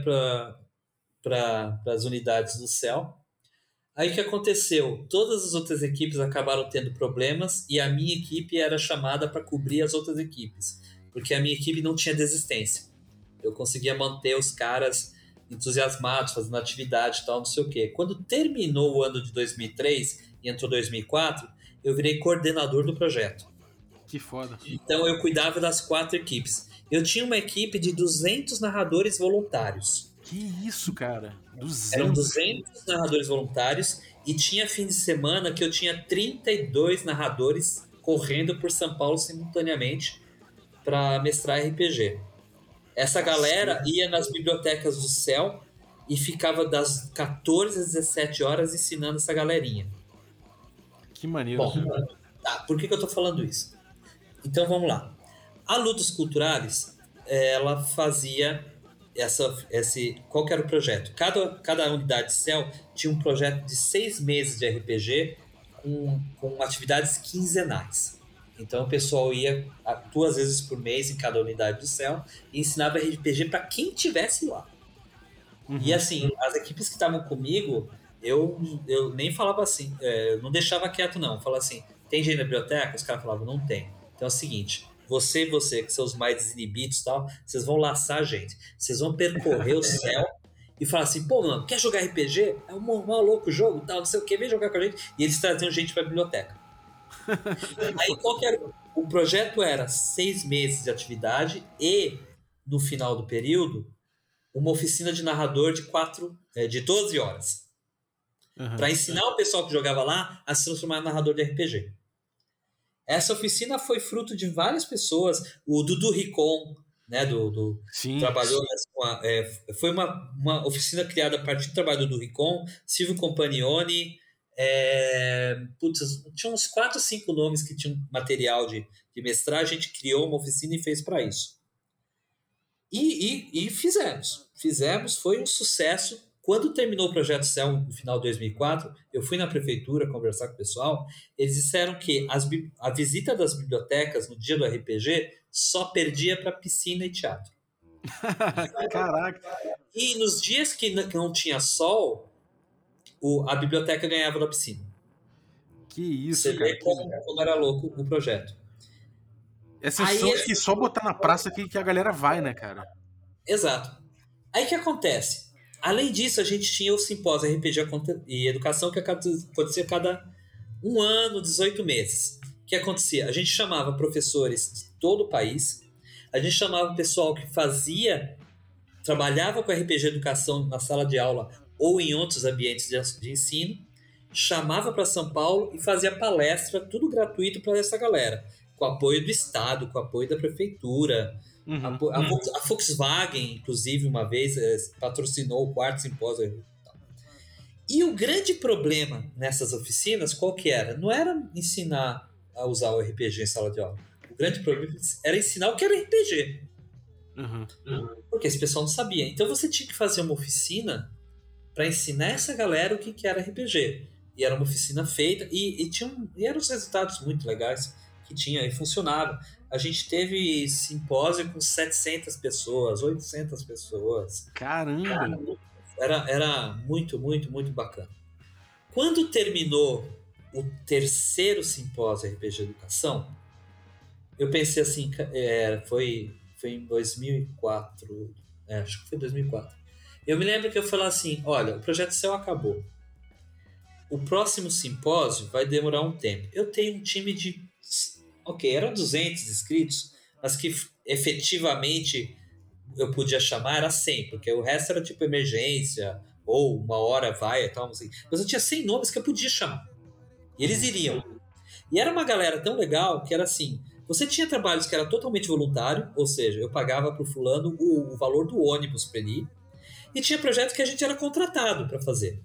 [SPEAKER 3] para as unidades do céu. Aí o que aconteceu? Todas as outras equipes acabaram tendo problemas e a minha equipe era chamada para cobrir as outras equipes, porque a minha equipe não tinha desistência. Eu conseguia manter os caras entusiasmados, fazendo atividade e tal, não sei o quê. Quando terminou o ano de 2003 e entrou 2004, eu virei coordenador do projeto.
[SPEAKER 1] Que foda.
[SPEAKER 3] Então eu cuidava das 4 equipes. Eu tinha uma equipe de 200 narradores voluntários.
[SPEAKER 1] Que isso, cara? 200?
[SPEAKER 3] Eram 200 narradores voluntários e tinha fim de semana que eu tinha 32 narradores correndo por São Paulo simultaneamente para mestrar RPG. Essa galera ia nas bibliotecas do céu e ficava das 14 às 17 horas ensinando essa galerinha.
[SPEAKER 1] Que maneiro.
[SPEAKER 3] Bom, por que eu tô falando isso? Então vamos lá. A Ludos Culturais, ela fazia qual que era o projeto? Cada unidade de CEL tinha um projeto de 6 meses de RPG com atividades quinzenais. Então o pessoal ia 2 vezes por mês em cada unidade do céu e ensinava RPG para quem tivesse lá. E assim, as equipes que estavam comigo, eu nem falava assim, não deixava quieto não. Falava assim, tem gente na biblioteca? Os caras falavam, não tem. Então é o seguinte, você e você, que são os mais desinibidos e tal, vocês vão laçar a gente. Vocês vão percorrer o céu e falar assim, pô, mano, quer jogar RPG? É um maluco jogo, tal, não sei o que, vem jogar com a gente. E eles traziam gente pra biblioteca. Aí qual que era? O projeto era 6 meses de atividade e, no final do período, uma oficina de narrador de 12 horas. Para ensinar o pessoal que jogava lá a se transformar em narrador de RPG. Essa oficina foi fruto de várias pessoas. O Dudu Ricon, né, trabalhou foi uma oficina criada a partir do trabalho do Dudu Ricon, Silvio Compagnoni, tinha uns 4 ou 5 nomes que tinham material de mestrar. A gente criou uma oficina e fez para isso. E fizemos, foi um sucesso. Quando terminou o Projeto Céu, no final de 2004, eu fui na prefeitura conversar com o pessoal. Eles disseram que a visita das bibliotecas no dia do RPG só perdia para piscina e teatro.
[SPEAKER 1] Caraca!
[SPEAKER 3] E nos dias que não tinha sol, a biblioteca ganhava da piscina.
[SPEAKER 1] Que isso,
[SPEAKER 3] Você
[SPEAKER 1] cara.
[SPEAKER 3] vê como era louco o projeto.
[SPEAKER 1] Essas são as que só botar na praça que a galera vai, né, cara?
[SPEAKER 3] Exato. Aí o que acontece? Além disso, a gente tinha o simpósio RPG e Educação, que acontecia cada 1 ano, 18 meses. O que acontecia? A gente chamava professores de todo o país, a gente chamava o pessoal que trabalhava com RPG Educação na sala de aula ou em outros ambientes de ensino, chamava para São Paulo e fazia palestra, tudo gratuito para essa galera, com apoio do Estado, com apoio da prefeitura. A Volkswagen, inclusive, uma vez patrocinou o 4º simpósio. E o grande problema nessas oficinas, qual que era? Não era ensinar a usar o RPG em sala de aula. O grande problema era ensinar o que era RPG. Porque esse pessoal não sabia. Então você tinha que fazer uma oficina para ensinar essa galera o que era RPG. E era uma oficina feita e eram os resultados muito legais que tinha e funcionava. A gente teve simpósio com 700 pessoas, 800 pessoas.
[SPEAKER 1] Caramba!
[SPEAKER 3] Era muito, muito, muito bacana. Quando terminou o 3º simpósio RPG Educação, eu pensei assim, foi em 2004, acho que foi 2004. Eu me lembro que eu falei assim, olha, o Projeto Céu acabou. O próximo simpósio vai demorar um tempo. Eu tenho um time de... eram 200 inscritos, mas que efetivamente eu podia chamar era 100, porque o resto era tipo emergência, ou uma hora vai e tal, assim. Mas eu tinha 100 nomes que eu podia chamar. E eles iriam. E era uma galera tão legal que era assim, você tinha trabalhos que era totalmente voluntário, ou seja, eu pagava pro fulano o valor do ônibus para ele ir, e tinha projetos que a gente era contratado para fazer.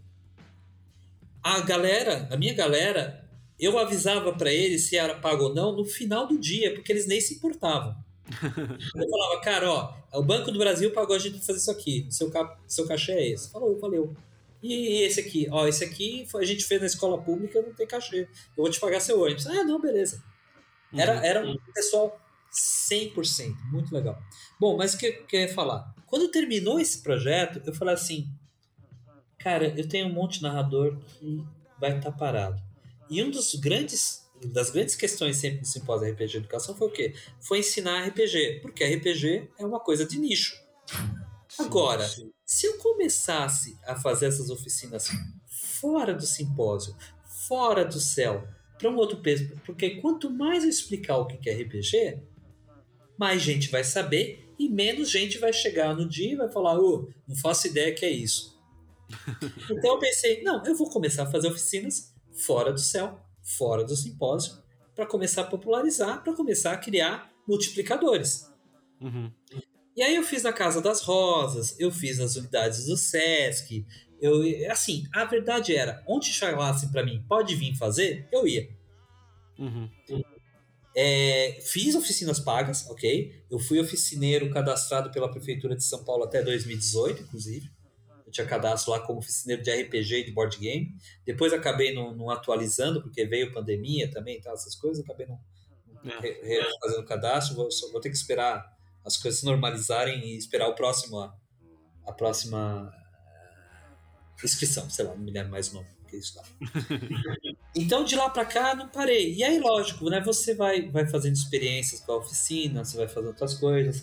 [SPEAKER 3] A minha galera, eu avisava para eles se era pago ou não no final do dia, porque eles nem se importavam. Eu falava, cara, o Banco do Brasil pagou a gente pra fazer isso aqui, seu cachê é esse. Falou, valeu. E esse aqui? Esse aqui a gente fez na escola pública, não tem cachê. Eu vou te pagar seu ônibus. Não, beleza. Era um pessoal 100%, muito legal. Bom, mas o que eu ia falar? Quando terminou esse projeto, eu falei assim, cara, eu tenho um monte de narrador que vai estar parado. E das grandes questões sempre do simpósio RPG Educação foi o quê? Foi ensinar RPG, porque RPG é uma coisa de nicho. Agora, se eu começasse a fazer essas oficinas fora do simpósio, fora do céu, para um outro peso, porque quanto mais eu explicar o que é RPG, mais gente vai saber e menos gente vai chegar no dia e vai falar, não faço ideia que é isso. Então eu pensei, não, eu vou começar a fazer oficinas fora do céu, fora do simpósio, para começar a popularizar, para começar a criar multiplicadores. E aí eu fiz na Casa das Rosas, eu fiz nas unidades do Sesc, assim, a verdade era, onde chamassem para mim, pode vir fazer, eu ia. Fiz oficinas pagas, ok? Eu fui oficineiro cadastrado pela Prefeitura de São Paulo até 2018, inclusive. eu tinha cadastro lá como oficineiro de RPG e de board game. Depois acabei não atualizando, porque veio pandemia também e tal, essas coisas, acabei não fazendo cadastro. Vou ter que esperar as coisas se normalizarem e esperar a próxima inscrição, sei lá, não me lembro mais o nome que é isso lá. Então, de lá para cá, não parei. E aí, lógico, né? Você vai fazendo experiências com a oficina, você vai fazendo outras coisas.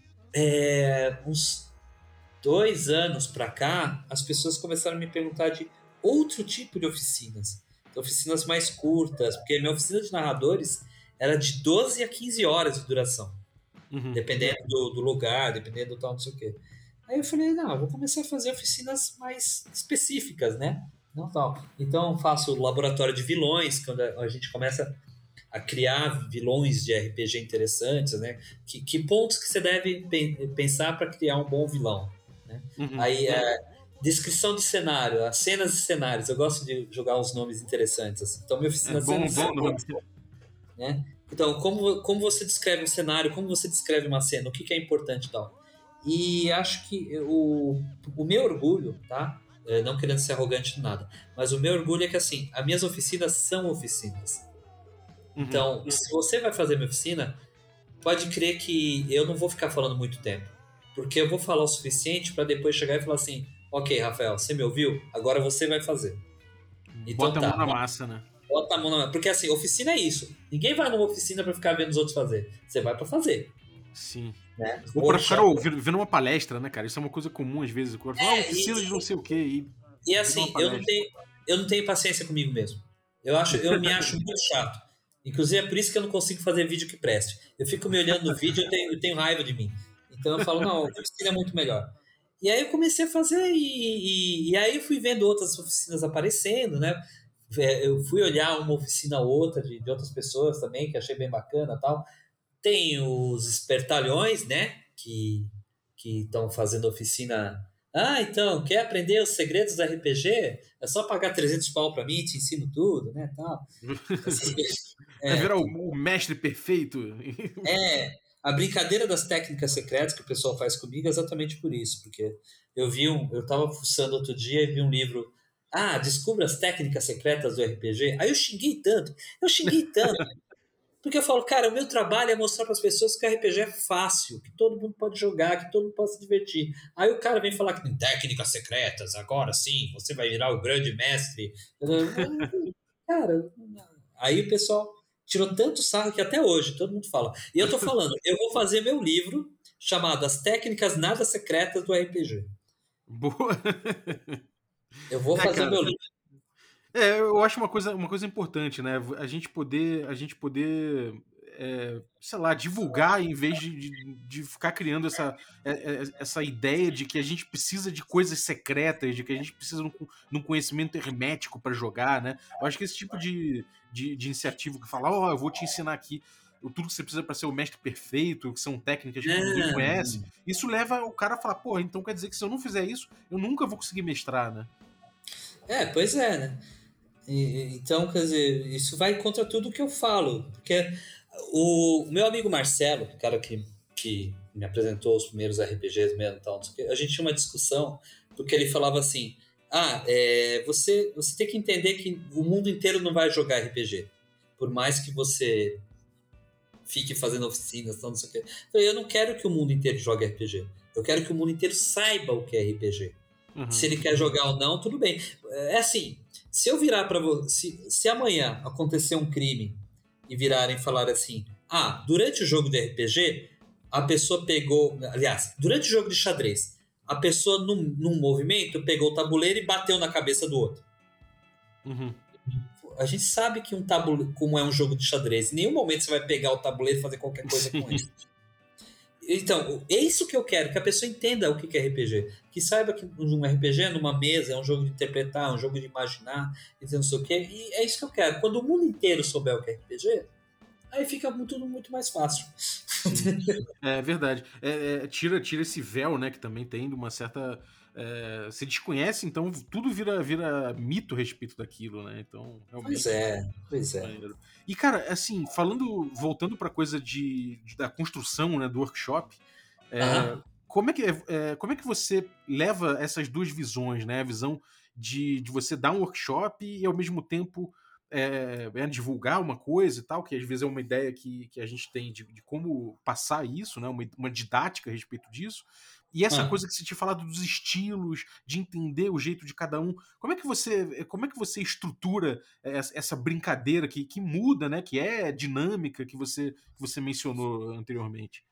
[SPEAKER 3] Uns 2 anos para cá, as pessoas começaram a me perguntar de outro tipo de oficinas. Então, oficinas mais curtas, porque minha oficina de narradores era de 12 a 15 horas de duração. Dependendo do lugar, dependendo do tal, não sei o quê. Aí eu falei, não, eu vou começar a fazer oficinas mais específicas, né? Não tal. Então, faço laboratório de vilões, quando a gente começa a criar vilões de RPG interessantes, né? Que pontos que você deve pensar para criar um bom vilão, né? Aí, descrição de cenário, as cenas e cenários. Eu gosto de jogar uns nomes interessantes. Assim. Então, minha oficina
[SPEAKER 1] bom nome.
[SPEAKER 3] Né? Então, como você descreve um cenário, como você descreve uma cena, o que é importante e tal. E acho que o meu orgulho, tá? Não querendo ser arrogante de nada, mas o meu orgulho é que, assim, as minhas oficinas são oficinas. Então, se você vai fazer minha oficina, pode crer que eu não vou ficar falando muito tempo. Porque eu vou falar o suficiente para depois chegar e falar assim, ok, Rafael, você me ouviu? Agora você vai fazer. Então,
[SPEAKER 1] bota a mão na massa, né?
[SPEAKER 3] Bota a mão na massa. Porque, assim, oficina é isso. Ninguém vai numa oficina para ficar vendo os outros fazer. Você vai para fazer.
[SPEAKER 1] Sim.
[SPEAKER 3] Né?
[SPEAKER 1] Ou pra ficar ouvindo uma palestra, né, cara? Isso é uma coisa comum às vezes. Oficina de não sei o quê.
[SPEAKER 3] E assim, eu não tenho paciência comigo mesmo. Eu me acho muito chato. Inclusive, é por isso que eu não consigo fazer vídeo que preste. Eu fico me olhando no vídeo e eu tenho raiva de mim. Então eu falo, não, a oficina é muito melhor. E aí eu comecei a fazer e aí eu fui vendo outras oficinas aparecendo, né? Eu fui olhar uma oficina ou outra de outras pessoas também, que achei bem bacana e tal. Tem os espertalhões, né? Que estão fazendo oficina. Ah, então, quer aprender os segredos do RPG? É só pagar 300 pau pra mim, te ensino tudo, né? Tal.
[SPEAKER 1] Vai virar o mestre perfeito.
[SPEAKER 3] A brincadeira das técnicas secretas que o pessoal faz comigo é exatamente por isso. Porque eu tava fuçando outro dia e vi um livro. Ah, descubra as técnicas secretas do RPG. Aí eu xinguei tanto. Porque eu falo, cara, o meu trabalho é mostrar para as pessoas que o RPG é fácil, que todo mundo pode jogar, que todo mundo pode se divertir. Aí o cara vem falar que tem técnicas secretas, agora sim, você vai virar o grande mestre. Cara, aí o pessoal tirou tanto sarro que até hoje todo mundo fala. E eu tô falando, eu vou fazer meu livro chamado As Técnicas Nada Secretas do RPG.
[SPEAKER 1] Boa!
[SPEAKER 3] Eu vou fazer meu livro.
[SPEAKER 1] Eu acho uma coisa importante, né? A gente poder sei lá, divulgar em vez de ficar criando essa ideia de que a gente precisa de coisas secretas, de que a gente precisa de um conhecimento hermético para jogar, né? Eu acho que esse tipo de iniciativa que fala, eu vou te ensinar aqui tudo que você precisa para ser o mestre perfeito, que são técnicas que ninguém conhece, isso leva o cara a falar, então quer dizer que se eu não fizer isso, eu nunca vou conseguir mestrar, né?
[SPEAKER 3] Pois é, né? Então, quer dizer, isso vai contra tudo que eu falo. Porque o meu amigo Marcelo, o cara que me apresentou os primeiros RPGs mesmo e tal, a gente tinha uma discussão, porque ele falava assim, você tem que entender que o mundo inteiro não vai jogar RPG. Por mais que você fique fazendo oficinas, tal, não sei o quê. Eu não quero que o mundo inteiro jogue RPG. Eu quero que o mundo inteiro saiba o que é RPG. Se ele quer jogar ou não, tudo bem. É assim, se eu virar para você, se amanhã acontecer um crime e virarem e falar assim, durante o jogo de RPG, a pessoa pegou, aliás, durante o jogo de xadrez, a pessoa num movimento pegou o tabuleiro e bateu na cabeça do outro. A gente sabe que como é um jogo de xadrez, em nenhum momento você vai pegar o tabuleiro e fazer qualquer coisa com isso. Então, é isso que eu quero, que a pessoa entenda o que é RPG. Que saiba que um RPG, numa mesa, é um jogo de interpretar, é um jogo de imaginar, e não sei o quê. E é isso que eu quero. Quando o mundo inteiro souber o que é RPG, aí fica tudo muito mais fácil.
[SPEAKER 1] É verdade. Tira esse véu, né, que também tem de uma certa... você desconhece, então tudo vira mito a respeito daquilo, né? Então, realmente...
[SPEAKER 3] Pois é.
[SPEAKER 1] E, cara, assim, voltando pra coisa da construção, né, do workshop, como é que você leva essas duas visões, né? A visão de você dar um workshop e ao mesmo tempo divulgar uma coisa e tal, que às vezes é uma ideia que a gente tem de como passar isso, né? Uma didática a respeito disso. E essa coisa que você tinha falado dos estilos, de entender o jeito de cada um. Como é que você estrutura essa brincadeira que muda, né? Que é dinâmica que você mencionou anteriormente?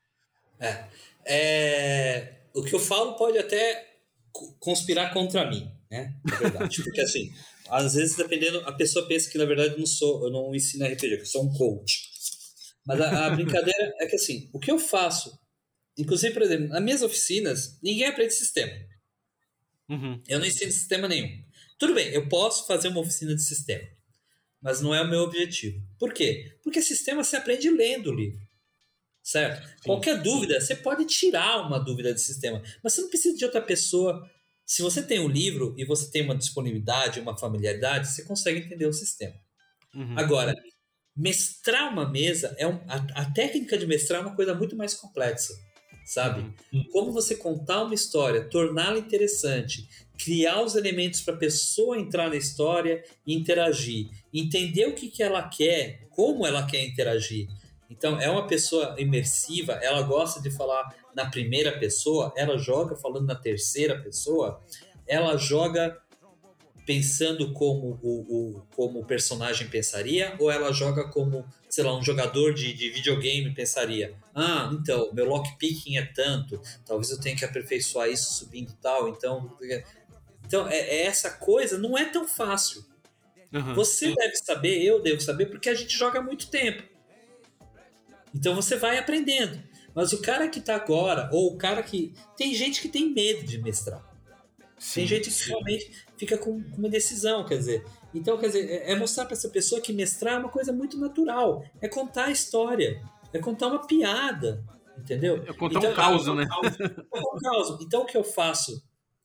[SPEAKER 3] O que eu falo pode até conspirar contra mim, né? É verdade. Porque assim, às vezes, dependendo, a pessoa pensa que na verdade eu não ensino RPG, que eu sou um coach. Mas a brincadeira é que assim, o que eu faço, inclusive, por exemplo, nas minhas oficinas, ninguém aprende sistema.
[SPEAKER 1] Uhum.
[SPEAKER 3] Eu não ensino sistema nenhum. Tudo bem, eu posso fazer uma oficina de sistema, mas não é o meu objetivo. Por quê? Porque sistema você aprende lendo o livro. Certo? Sim. Qualquer dúvida, você pode tirar uma dúvida de sistema, mas você não precisa de outra pessoa. Se você tem um livro e você tem uma disponibilidade, uma familiaridade, você consegue entender o sistema. Uhum. Agora, mestrar uma mesa, a técnica de mestrar é uma coisa muito mais complexa, sabe? Uhum. Como você contar uma história, torná-la interessante, criar os elementos para a pessoa entrar na história e interagir, entender o que ela quer, como ela quer interagir. Então, é uma pessoa imersiva, ela gosta de falar na primeira pessoa, ela joga falando na terceira pessoa, ela joga pensando como o personagem pensaria, ou ela joga como, sei lá, um jogador de videogame pensaria. Ah, então, meu lockpicking é tanto, talvez eu tenha que aperfeiçoar isso subindo tal, então essa coisa não é tão fácil. Uhum. Você deve saber, eu devo saber, porque a gente joga há muito tempo. Então você vai aprendendo. Mas o cara que tá agora, ou o cara que... Tem gente que tem medo de mestrar. Sim, tem gente que realmente fica com uma indecisão, quer dizer. Então, quer dizer, é mostrar para essa pessoa que mestrar é uma coisa muito natural. É contar a história. É contar uma piada. Entendeu?
[SPEAKER 1] É contar um caos, né?
[SPEAKER 3] É um caos. Então, o que eu faço?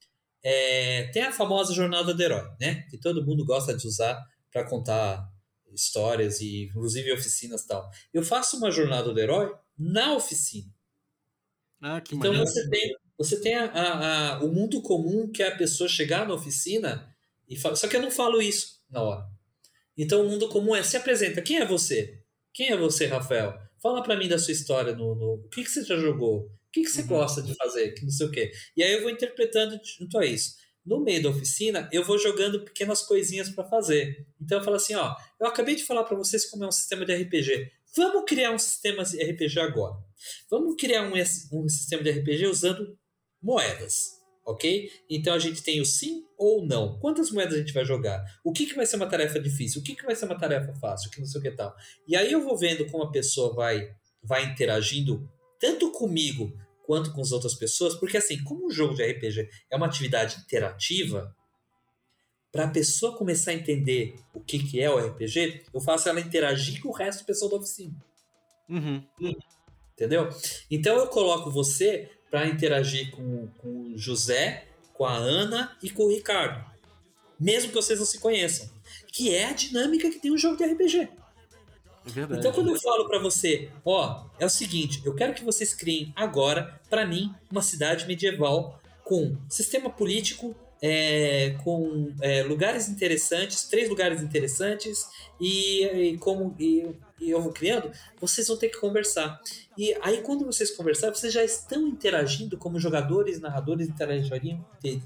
[SPEAKER 3] Tem a famosa jornada do herói, né? Que todo mundo gosta de usar para contar histórias e inclusive oficinas e tal. Eu faço uma jornada do herói na oficina.
[SPEAKER 1] Que
[SPEAKER 3] então
[SPEAKER 1] maneiro.
[SPEAKER 3] você tem o mundo comum, que é a pessoa chegar na oficina e falar, só que eu não falo isso na hora. Então o mundo comum se apresenta. Quem é você? Quem é você, Rafael? Fala para mim da sua história o que você já jogou? O que você gosta de fazer? Que não sei o quê. E aí eu vou interpretando junto a isso. No meio da oficina, eu vou jogando pequenas coisinhas para fazer. Então eu falo assim, eu acabei de falar para vocês como é um sistema de RPG. Vamos criar um sistema de RPG agora. Vamos criar um sistema de RPG usando moedas, ok? Então a gente tem o sim ou não. Quantas moedas a gente vai jogar? O que vai ser uma tarefa difícil? O que vai ser uma tarefa fácil? Que não sei o que tal. E aí eu vou vendo como a pessoa vai interagindo tanto comigo quanto com as outras pessoas, porque assim, como o jogo de RPG é uma atividade interativa, para a pessoa começar a entender o que é o RPG, eu faço ela interagir com o resto do pessoal da oficina.
[SPEAKER 1] Uhum.
[SPEAKER 3] Entendeu? Então eu coloco você para interagir com o José, com a Ana e com o Ricardo, mesmo que vocês não se conheçam, que é a dinâmica que tem um jogo de RPG.
[SPEAKER 1] É verdade.
[SPEAKER 3] Então, quando eu falo para você, é o seguinte, eu quero que vocês criem agora, para mim, uma cidade medieval com sistema político, com lugares interessantes, 3 lugares interessantes, e eu vou criando, vocês vão ter que conversar. E aí, quando vocês conversarem, vocês já estão interagindo como jogadores, narradores interagiriam,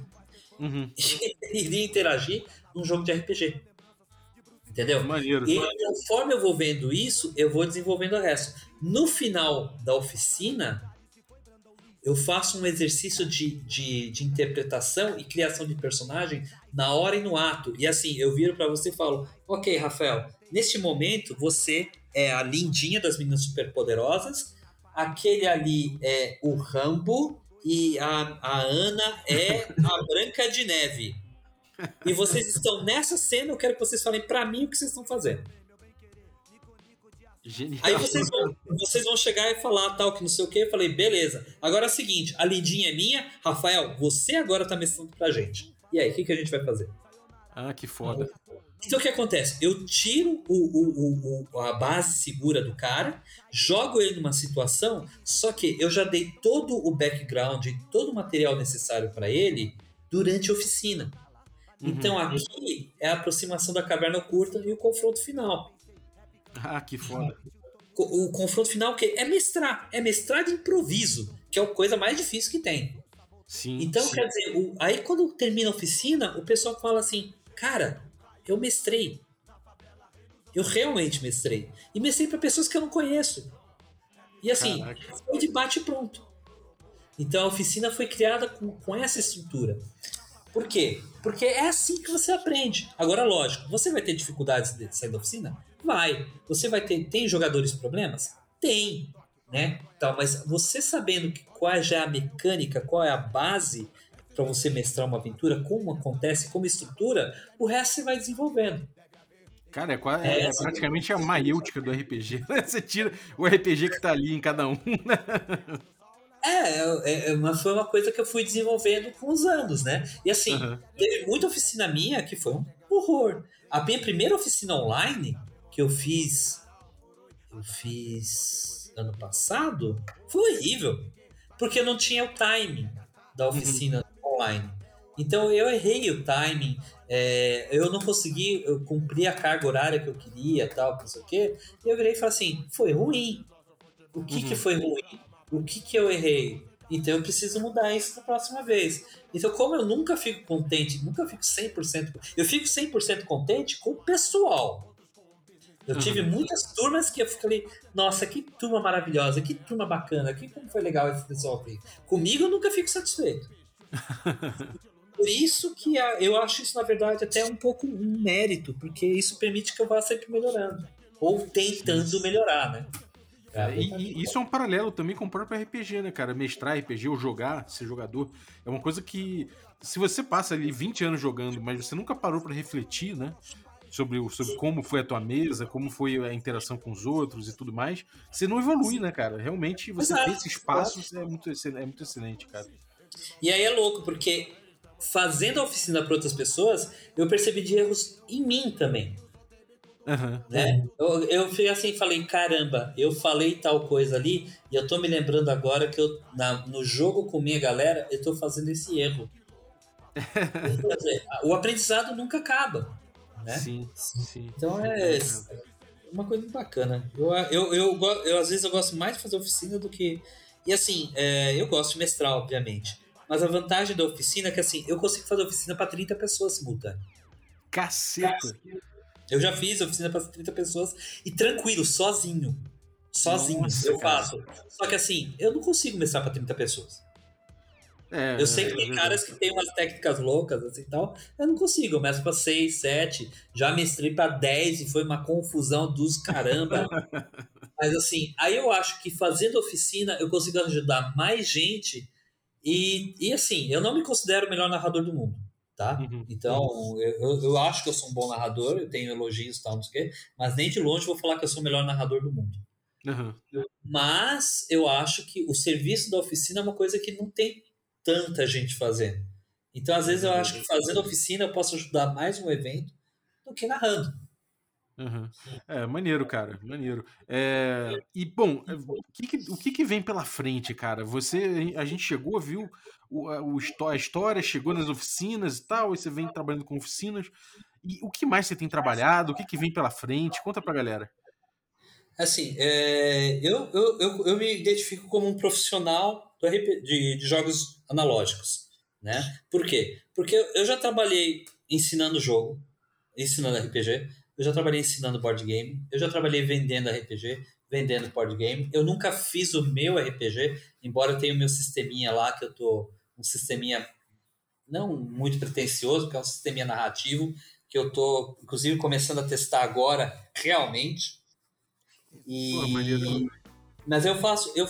[SPEAKER 3] iriam interagir num jogo de RPG. Entendeu?
[SPEAKER 1] Maneiro.
[SPEAKER 3] E conforme eu vou vendo isso, eu vou desenvolvendo o resto. No final da oficina, eu faço um exercício de interpretação e criação de personagem na hora e no ato. E assim, eu viro para você e falo, ok, Rafael, neste momento você é a lindinha das meninas superpoderosas, aquele ali é o Rambo e a Ana é a Branca de Neve. E vocês estão nessa cena, eu quero que vocês falem pra mim o que vocês estão fazendo.
[SPEAKER 1] Genial.
[SPEAKER 3] Aí vocês vão chegar e falar tal, que não sei o que. Eu falei, beleza. Agora é o seguinte, a lindinha é minha. Rafael, você agora tá mestrando pra gente. E aí, o que a gente vai fazer?
[SPEAKER 1] Ah, que foda.
[SPEAKER 3] Então o que acontece? Eu tiro a base segura do cara, jogo ele numa situação, só que eu já dei todo o background, todo o material necessário para ele durante a oficina. Então aqui é a aproximação da caverna curta e o confronto final.
[SPEAKER 1] Ah, que foda.
[SPEAKER 3] O confronto final que é mestrar de improviso, que é a coisa mais difícil que tem.
[SPEAKER 1] Sim.
[SPEAKER 3] Então,
[SPEAKER 1] sim.
[SPEAKER 3] quer dizer, aí quando termina a oficina, o pessoal fala assim, cara, eu mestrei. Eu realmente mestrei. E mestrei para pessoas que eu não conheço. E assim,
[SPEAKER 1] Caraca.
[SPEAKER 3] foi de bate pronto. Então a oficina foi criada com essa estrutura. Por quê? Porque é assim que você aprende. Agora, lógico, você vai ter dificuldades de sair da oficina? Vai. Você vai ter... Tem jogadores problemas? Tem. Né? Então, mas você sabendo qual é já a mecânica, qual é a base para você mestrar uma aventura, como acontece, como estrutura, o resto você vai desenvolvendo.
[SPEAKER 1] Cara, é praticamente a maiêutica do RPG. Você tira o RPG que tá ali em cada um.
[SPEAKER 3] Mas foi uma coisa que eu fui desenvolvendo com os anos, né? E assim,
[SPEAKER 1] Uhum.
[SPEAKER 3] teve muita oficina minha que foi um horror. A minha primeira oficina online que eu fiz ano passado, foi horrível. Porque eu não tinha o timing da oficina online. Então eu errei o timing, eu não consegui cumprir a carga horária que eu queria, tal, não sei o quê. E eu virei e falei assim, foi ruim. O que foi ruim? O que eu errei? Então eu preciso mudar isso da próxima vez. Então, como eu nunca fico contente, nunca fico 100%, eu fico 100% contente com o pessoal. Eu tive muitas turmas que eu falei, nossa, que turma maravilhosa, que turma bacana, como foi legal esse pessoal aqui. Comigo eu nunca fico satisfeito. Por isso que eu acho isso, na verdade, até um pouco um mérito, porque isso permite que eu vá sempre melhorando. Ou tentando melhorar, né?
[SPEAKER 1] E isso é um paralelo também com o próprio RPG, né, cara? Mestrar RPG ou jogar, ser jogador, é uma coisa que, se você passa ali 20 anos jogando, mas você nunca parou pra refletir, né? Sobre como foi a tua mesa, como foi a interação com os outros e tudo mais, você não evolui, né, cara? Realmente, você ter esse espaço é muito excelente, cara.
[SPEAKER 3] E aí é louco, porque fazendo a oficina para outras pessoas, eu percebi de erros em mim também. Né? Eu fui assim, falei, caramba, eu falei tal coisa ali e eu tô me lembrando agora que no jogo com minha galera, eu tô fazendo esse erro. Quer dizer, o aprendizado nunca acaba, né?
[SPEAKER 1] Sim.
[SPEAKER 3] Então é uma coisa muito bacana. Às vezes eu gosto mais de fazer oficina do que... E assim, eu gosto de mestrar, obviamente. Mas a vantagem da oficina é que assim, eu consigo fazer oficina para 30 pessoas simultâneas.
[SPEAKER 1] Caceta!
[SPEAKER 3] Eu já fiz oficina para 30 pessoas e tranquilo, sozinho.
[SPEAKER 1] Nossa,
[SPEAKER 3] eu
[SPEAKER 1] cara.
[SPEAKER 3] faço. Só que assim, eu não consigo mestrar para 30 pessoas. Eu sei que tem caras que tem umas técnicas loucas assim e tal. Eu não consigo, eu mestro para 6, 7. Já mestrei para 10 e foi uma confusão dos caramba. Mas assim, aí eu acho que fazendo oficina eu consigo ajudar mais gente. E assim, eu não me considero o melhor narrador do mundo, tá? Então, eu acho que eu sou um bom narrador, eu tenho elogios e tal, não sei o quê, mas nem de longe vou falar que eu sou o melhor narrador do mundo. Mas eu acho que o serviço da oficina é uma coisa que não tem tanta gente fazendo. Então, às vezes, eu acho que fazendo oficina eu posso ajudar mais um evento do que narrando.
[SPEAKER 1] Maneiro, cara, maneiro. E, bom, o que vem pela frente, cara? A gente chegou, viu a história, chegou nas oficinas e tal, aí você vem trabalhando com oficinas. E o que mais você tem trabalhado? O que vem pela frente? Conta pra galera.
[SPEAKER 3] Assim, eu me identifico como um profissional de jogos analógicos, né? Por quê? Porque eu já trabalhei ensinando jogo, ensinando RPG, eu já trabalhei ensinando board game, eu já trabalhei vendendo RPG, vendendo board game. Eu nunca fiz o meu RPG, embora eu tenha o meu sisteminha lá, que eu tô... Um sisteminha não muito pretencioso, porque é um sisteminha narrativo, que eu tô, inclusive, começando a testar agora, realmente.
[SPEAKER 1] Maneiro.
[SPEAKER 3] Mas eu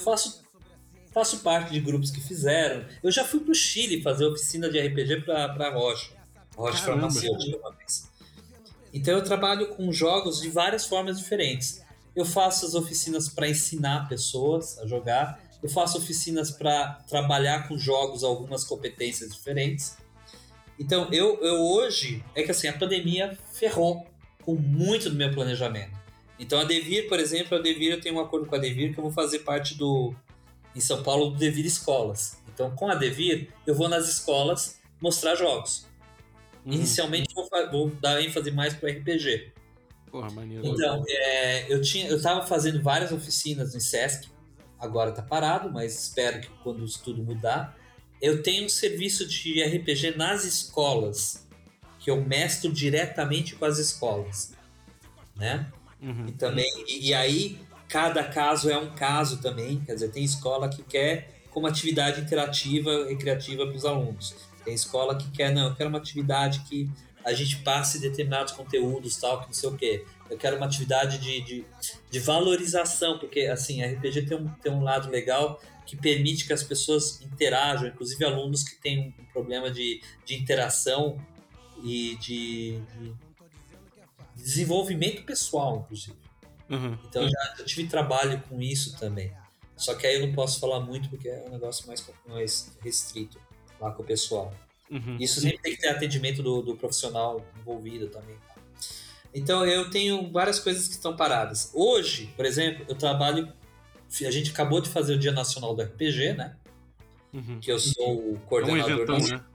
[SPEAKER 3] faço parte de grupos que fizeram. Eu já fui pro Chile fazer oficina de RPG para Roche Farmacêutica uma vez. Então eu trabalho com jogos de várias formas diferentes. Eu faço as oficinas para ensinar pessoas a jogar. Eu faço oficinas para trabalhar com jogos algumas competências diferentes. Então, eu hoje, é que assim, a pandemia ferrou com muito do meu planejamento. Então, a Devir, por exemplo, eu tenho um acordo com a Devir que eu vou fazer parte em São Paulo, do Devir Escolas. Então, com a Devir, eu vou nas escolas mostrar jogos. Inicialmente, vou dar ênfase mais para RPG.
[SPEAKER 1] Porra, maneiro.
[SPEAKER 3] Então, eu tava fazendo várias oficinas no Sesc, agora tá parado, mas espero que quando isso tudo mudar. Eu tenho um serviço de RPG nas escolas, que eu mestro diretamente com as escolas, né? E também, e aí, cada caso é um caso também, quer dizer, tem escola que quer como atividade interativa, recreativa para os alunos. Tem escola que quer, não, eu quero uma atividade que a gente passe determinados conteúdos, tal, que não sei o quê. Eu quero uma atividade de valorização, porque, assim, a RPG tem um lado legal que permite que as pessoas interajam, inclusive alunos que têm um problema de interação e de desenvolvimento pessoal, inclusive. Então, eu tive trabalho com isso também. Só que aí eu não posso falar muito, porque é um negócio mais restrito lá com o pessoal. Isso sempre tem que ter atendimento do profissional envolvido também. Então, eu tenho várias coisas que estão paradas. Hoje, por exemplo, eu trabalho... A gente acabou de fazer o Dia Nacional do RPG, né? Que eu sou o coordenador...
[SPEAKER 1] É um eventão, né?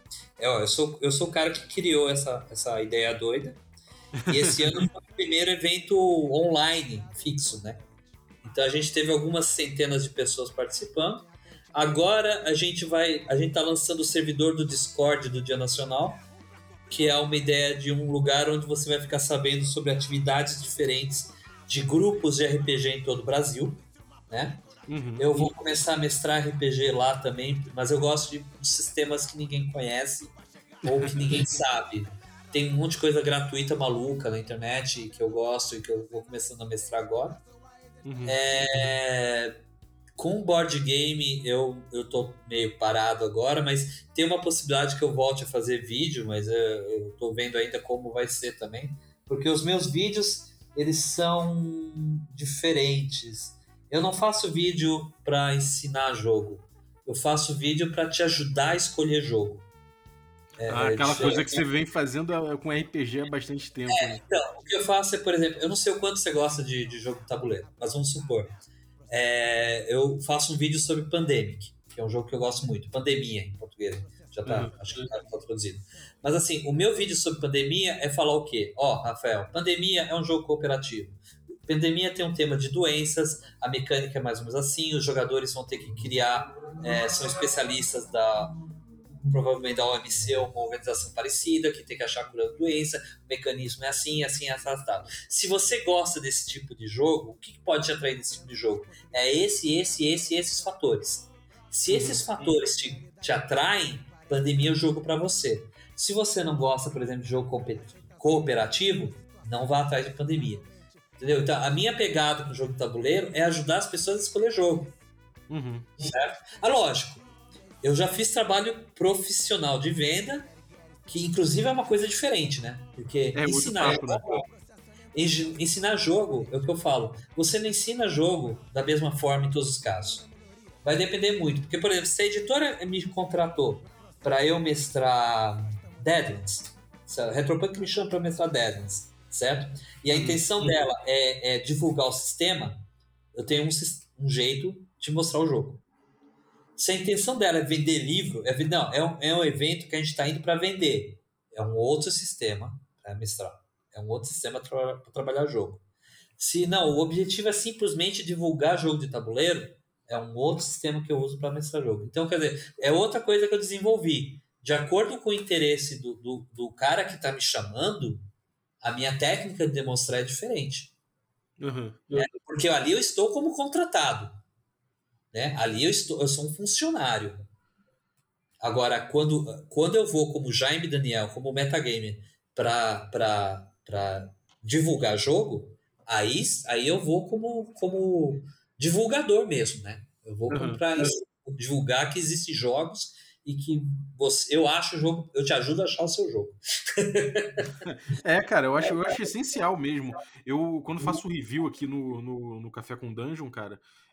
[SPEAKER 3] Eu sou o cara que criou essa ideia doida. E esse ano foi o primeiro evento online fixo, né? Então, a gente teve algumas centenas de pessoas participando. Agora, a gente tá lançando o servidor do Discord do Dia Nacional, que é uma ideia de um lugar onde você vai ficar sabendo sobre atividades diferentes de grupos de RPG em todo o Brasil, né? Eu vou começar a mestrar RPG lá também, mas eu gosto de sistemas que ninguém conhece ou que ninguém sabe. Tem um monte de coisa gratuita, maluca na internet que eu gosto e que eu vou começando a mestrar agora. Com board game eu tô meio parado agora, mas tem uma possibilidade que eu volte a fazer vídeo, mas eu tô vendo ainda como vai ser também, porque os meus vídeos, eles são diferentes. Eu não faço vídeo para ensinar jogo, eu faço vídeo para te ajudar a escolher jogo.
[SPEAKER 1] Aquela coisa que você vem fazendo com RPG há bastante tempo. Né?
[SPEAKER 3] Então, o que eu faço é, por exemplo, eu não sei o quanto você gosta de jogo de tabuleiro, mas vamos supor, eu faço um vídeo sobre Pandemic, que é um jogo que eu gosto muito, Pandemia em português, já tá, acho que tá traduzido. Mas assim, o meu vídeo sobre Pandemia é falar o quê? Rafael, Pandemia é um jogo cooperativo. Pandemia tem um tema de doenças, a mecânica é mais ou menos assim, os jogadores vão ter que criar, são especialistas provavelmente da OMC ou uma organização parecida, que tem que achar a cura da doença, o mecanismo é assim, assado. Se você gosta desse tipo de jogo, o que pode te atrair desse tipo de jogo? É esses fatores. Se esses fatores te atraem, Pandemia é o jogo para você. Se você não gosta, por exemplo, de jogo cooperativo, não vá atrás de Pandemia. Entendeu? Então, a minha pegada com o jogo de tabuleiro é ajudar as pessoas a escolher jogo. Certo? Lógico, eu já fiz trabalho profissional de venda, que inclusive é uma coisa diferente, né? Porque ensinar jogo, é o que eu falo, você não ensina jogo da mesma forma em todos os casos. Vai depender muito. Porque, por exemplo, se a editora me contratou para eu mestrar Deadlands, a Retropunk me chama para mestrar Deadlands, certo? E a intenção dela é divulgar o sistema, eu tenho um jeito de mostrar o jogo. Se a intenção dela é vender livro, é um evento que a gente está indo para vender. É um outro sistema para mestrar. É um outro sistema para trabalhar jogo. Se não, o objetivo é simplesmente divulgar jogo de tabuleiro, é um outro sistema que eu uso para mestrar jogo. Então, quer dizer, é outra coisa que eu desenvolvi. De acordo com o interesse do cara que está me chamando, a minha técnica de demonstrar é diferente. Porque ali eu estou como contratado. Né? Ali eu sou um funcionário. Agora, quando eu vou como Jaime Daniel, como metagamer, para divulgar jogo, aí eu vou como divulgador mesmo, né? Eu vou para divulgar que existem jogos e que eu acho o jogo, eu te ajudo a achar o seu jogo.
[SPEAKER 1] Cara, eu acho essencial mesmo. Eu, quando faço review aqui no Café com Dungeon, cara,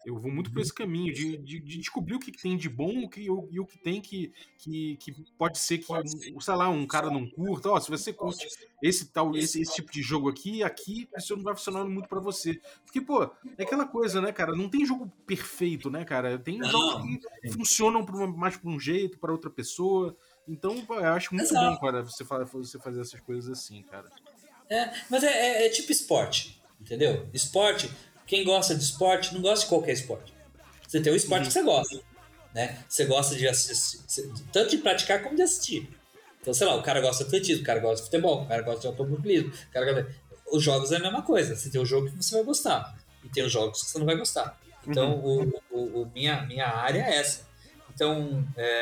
[SPEAKER 1] Eu vou muito por esse caminho de descobrir o que tem de bom e o que tem que pode ser que, sei lá, um cara não curta. Ó, se você curte esse tipo de jogo aqui isso não vai funcionar muito pra você. Porque, pô, é aquela coisa, né, cara? Não tem jogo perfeito, né, cara? Tem jogos que funcionam mais pra um jeito, pra outra pessoa. Então, pô, eu acho muito bom, cara, você fazer essas coisas assim, cara.
[SPEAKER 3] Mas é tipo esporte, entendeu? Esporte, quem gosta de esporte não gosta de qualquer esporte. Você tem um esporte que você gosta, né? Você gosta de assistir, tanto de praticar como de assistir. Então, sei lá, o cara gosta de atletismo, o cara gosta de futebol, o cara gosta de automobilismo, o cara gosta... Os jogos é a mesma coisa. Você tem um jogo que você vai gostar e tem os jogos que você não vai gostar. Então, minha área é essa. Então,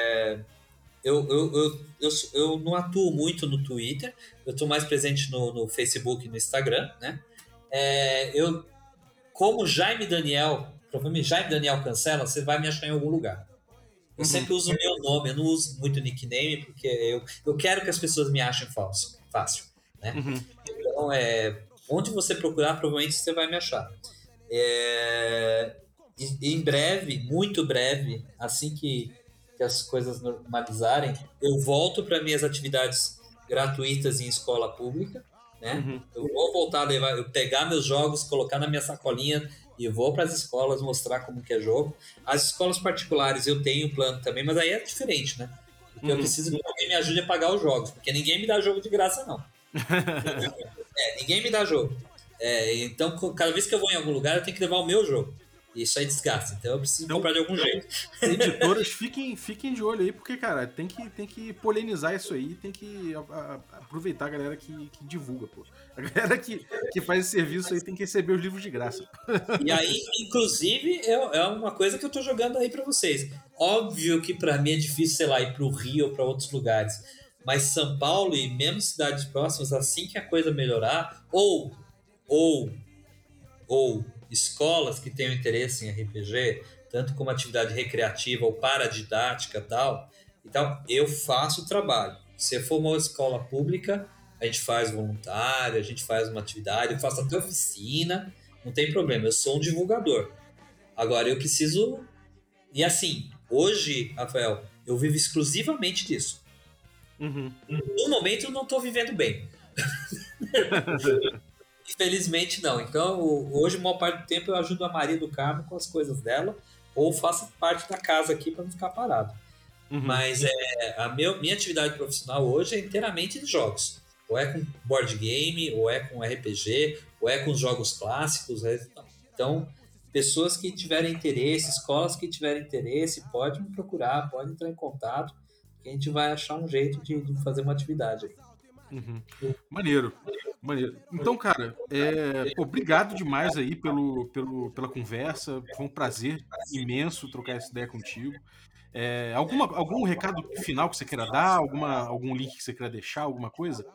[SPEAKER 3] eu não atuo muito no Twitter, eu estou mais presente no Facebook e no Instagram, né? Como Jaime Daniel, provavelmente Jaime Daniel Cancela, você vai me achar em algum lugar. Eu sempre uso o meu nome, eu não uso muito nickname, porque eu quero que as pessoas me achem fácil, né? Então, onde você procurar, provavelmente você vai me achar. E em breve, muito breve, assim que as coisas normalizarem, eu volto para minhas atividades gratuitas em escola pública, né? Eu vou voltar a levar, eu pegar meus jogos, colocar na minha sacolinha e vou para as escolas mostrar como que é jogo. As escolas particulares eu tenho plano também, mas aí é diferente, né? Porque eu preciso que alguém me ajude a pagar os jogos, porque ninguém me dá jogo de graça, não. Ninguém me dá jogo. Então, cada vez que eu vou em algum lugar, eu tenho que levar o meu jogo. Isso aí desgasta, então eu preciso comprar de algum jeito.
[SPEAKER 1] Editoras, fiquem de olho aí, porque, cara, tem que polinizar isso aí, tem que aproveitar a galera que divulga, pô. A galera que faz esse serviço aí tem que receber os livros de graça.
[SPEAKER 3] E aí, inclusive, é uma coisa que eu tô jogando aí pra vocês. Óbvio que pra mim é difícil, sei lá, ir pro Rio ou pra outros lugares. Mas São Paulo e mesmo cidades próximas, assim que a coisa melhorar, ou escolas que tenham interesse em RPG, tanto como atividade recreativa ou paradidática tal, então eu faço o trabalho. Se for uma escola pública, a gente faz voluntário, a gente faz uma atividade, eu faço até oficina, não tem problema, eu sou um divulgador. Agora eu preciso... E assim, hoje, Rafael, eu vivo exclusivamente disso. No momento eu não estou vivendo bem. Infelizmente não. Então, hoje, a maior parte do tempo, eu ajudo a Maria do Carmo com as coisas dela, ou faço parte da casa aqui para não ficar parado. Mas minha atividade profissional hoje é inteiramente de jogos. Ou é com board game, ou é com RPG, ou é com jogos clássicos. Então, pessoas que tiverem interesse, escolas que tiverem interesse, podem me procurar, podem entrar em contato, que a gente vai achar um jeito de fazer uma atividade aí.
[SPEAKER 1] Maneiro. Então, cara, obrigado demais aí pela conversa. Foi um prazer imenso trocar essa ideia contigo. Algum recado final que você queira dar? Algum link que você queira deixar? Alguma coisa?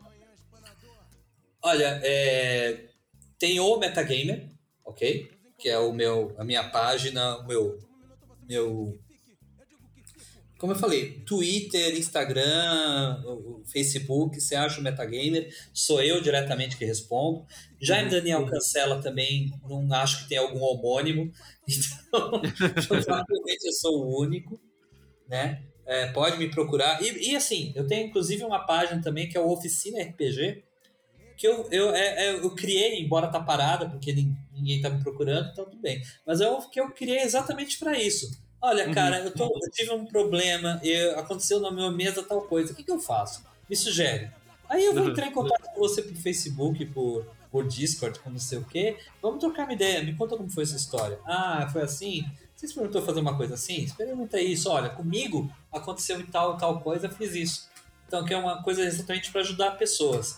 [SPEAKER 3] Olha, tem o Metagamer, ok? Que é a minha página, o meu como eu falei, Twitter, Instagram, o Facebook, você acha o Metagamer, sou eu diretamente que respondo. Jaime Daniel Cancela também, não acho que tem algum homônimo, então provavelmente eu sou o único, né? Pode me procurar. E assim, eu tenho inclusive uma página também que é o Oficina RPG, que eu criei, embora tá parada, porque ninguém tá me procurando, então tudo bem. Mas que eu criei exatamente para isso. Olha, cara, eu tive um problema, aconteceu na minha mesa tal coisa, o que eu faço? Me sugere. Aí eu vou entrar em contato com você por Facebook, por Discord, com não sei o quê. Vamos trocar uma ideia, me conta como foi essa história. Ah, foi assim? Você experimentou fazer uma coisa assim? Experimenta isso. Olha, comigo aconteceu tal coisa, eu fiz isso. Então, que é uma coisa exatamente para ajudar pessoas.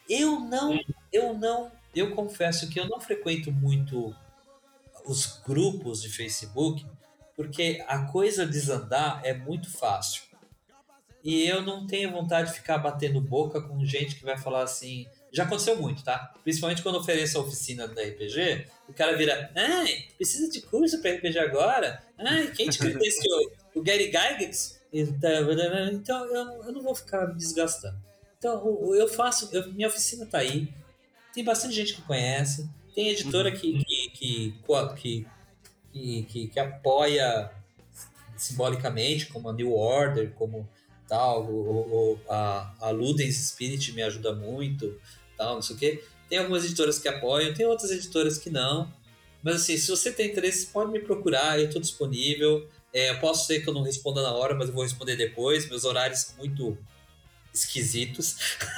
[SPEAKER 3] Eu confesso que eu não frequento muito os grupos de Facebook, porque a coisa desandar é muito fácil. E eu não tenho vontade de ficar batendo boca com gente que vai falar assim... Já aconteceu muito, tá? Principalmente quando ofereço a oficina da RPG, o cara vira... precisa de curso para RPG agora? Quem te credenciou? O Gary Gygax? Então, eu não vou ficar me desgastando. Então, minha oficina tá aí. Tem bastante gente que conhece. Tem editora que que apoia simbolicamente, como a New Order, como tal, a Ludens Spirit me ajuda muito, tal, não sei o quê. Tem algumas editoras que apoiam, tem outras editoras que não. Mas assim, se você tem interesse, pode me procurar, eu estou disponível. Eu posso ser que eu não responda na hora, mas eu vou responder depois. Meus horários são muito esquisitos.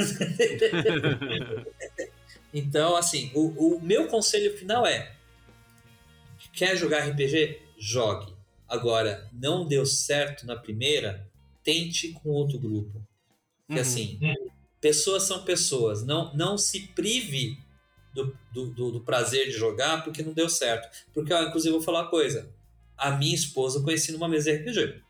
[SPEAKER 3] Então, assim, o meu conselho final é: quer jogar RPG? Jogue. Agora, não deu certo na primeira, tente com outro grupo. Porque assim, pessoas são pessoas. Não se prive do prazer de jogar porque não deu certo. Porque, inclusive, eu vou falar uma coisa. A minha esposa eu conheci numa mesa de RPG.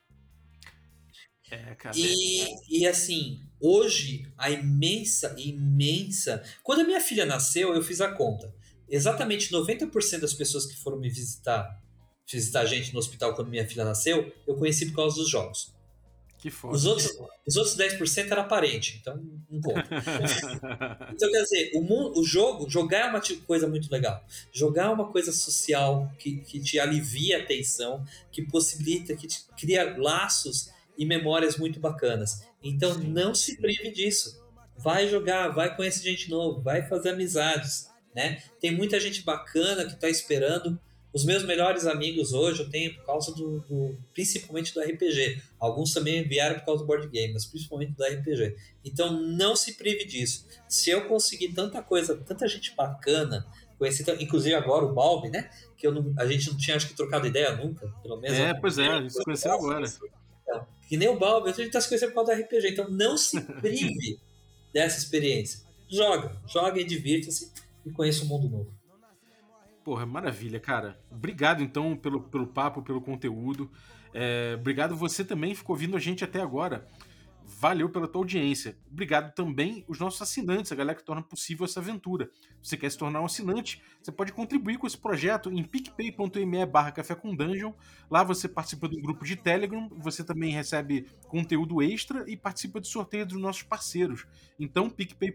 [SPEAKER 1] Cara.
[SPEAKER 3] E assim, hoje, a imensa... Quando a minha filha nasceu, eu fiz a conta. Exatamente 90% das pessoas que foram me visitar a gente no hospital quando minha filha nasceu, eu conheci por causa dos jogos.
[SPEAKER 1] Que foda.
[SPEAKER 3] Os outros 10% era parente, então não conta. Então, quer dizer, jogar é uma coisa muito legal. Jogar é uma coisa social que te alivia a tensão, que possibilita, que te cria laços e memórias muito bacanas. Então, não se prive disso. Vai jogar, vai conhecer gente nova, vai fazer amizades, né? Tem muita gente bacana que está esperando. Os meus melhores amigos hoje eu tenho por causa principalmente do RPG. Alguns também vieram por causa do board game, mas principalmente do RPG. Então não se prive disso. Se eu conseguir tanta coisa, tanta gente bacana, conheci, inclusive agora o Balbi, né? Que a gente não tinha, acho que, trocado ideia nunca, pelo menos.
[SPEAKER 1] Pois é, a gente se conheceu agora.
[SPEAKER 3] Então, que nem o Balbi, a gente está se conhecendo por causa do RPG. Então não se prive dessa experiência. Joga e divirta-se e conheça um mundo novo.
[SPEAKER 1] Porra, maravilha, cara. Obrigado, então, pelo papo, pelo conteúdo. Obrigado você também que ficou ouvindo a gente até agora. Valeu pela tua audiência. Obrigado também os nossos assinantes, a galera que torna possível essa aventura. Se você quer se tornar um assinante, você pode contribuir com esse projeto em picpay.me/café com dungeon. Lá você participa de um grupo de Telegram, você também recebe conteúdo extra e participa de sorteio dos nossos parceiros. Então,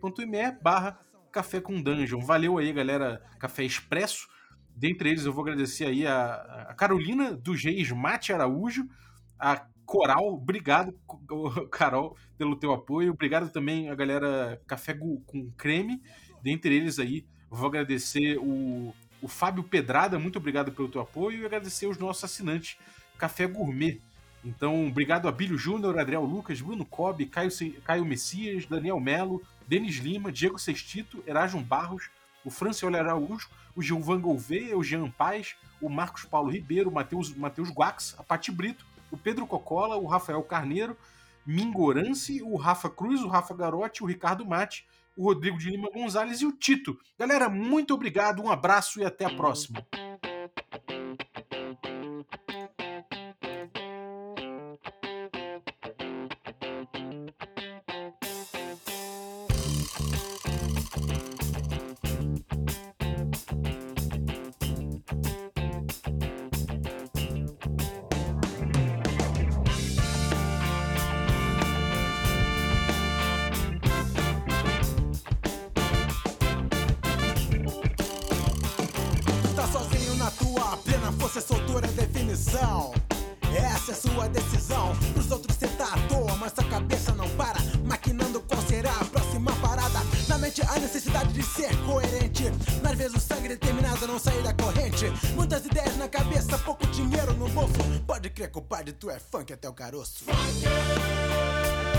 [SPEAKER 1] picpay.me/café com dungeon. Valeu aí, galera, Café Expresso. Dentre eles, eu vou agradecer aí a Carolina dos Reis Mate Araújo, a Coral. Obrigado, Carol, pelo teu apoio. Obrigado também a galera Café com Creme. Dentre eles aí, vou agradecer o Fábio Pedrada. Muito obrigado pelo teu apoio. E agradecer os nossos assinantes Café Gourmet. Então, obrigado a Bílio Júnior, Adriel Lucas, Bruno Cobb, Caio Messias, Daniel Melo, Denis Lima, Diego Sextito, Erasmo Barros, o Francioli Araújo, o Gilvan Gouveia, o Jean Paz, o Marcos Paulo Ribeiro, o Matheus Guax, a Pati Brito, o Pedro Cocola, o Rafael Carneiro, Mingorance, o Rafa Cruz, o Rafa Garotti, o Ricardo Mate, o Rodrigo de Lima Gonzalez e o Tito. Galera, muito obrigado, um abraço e até a próxima.
[SPEAKER 4] Essa é sua decisão. Pros outros cê tá à toa, mas sua cabeça não para, maquinando qual será a próxima parada. Na mente a necessidade de ser coerente, nas vezes o sangue determinado a não sair da corrente. Muitas ideias na cabeça, pouco dinheiro no bolso. Pode crer, compadre, tu é funk até o caroço.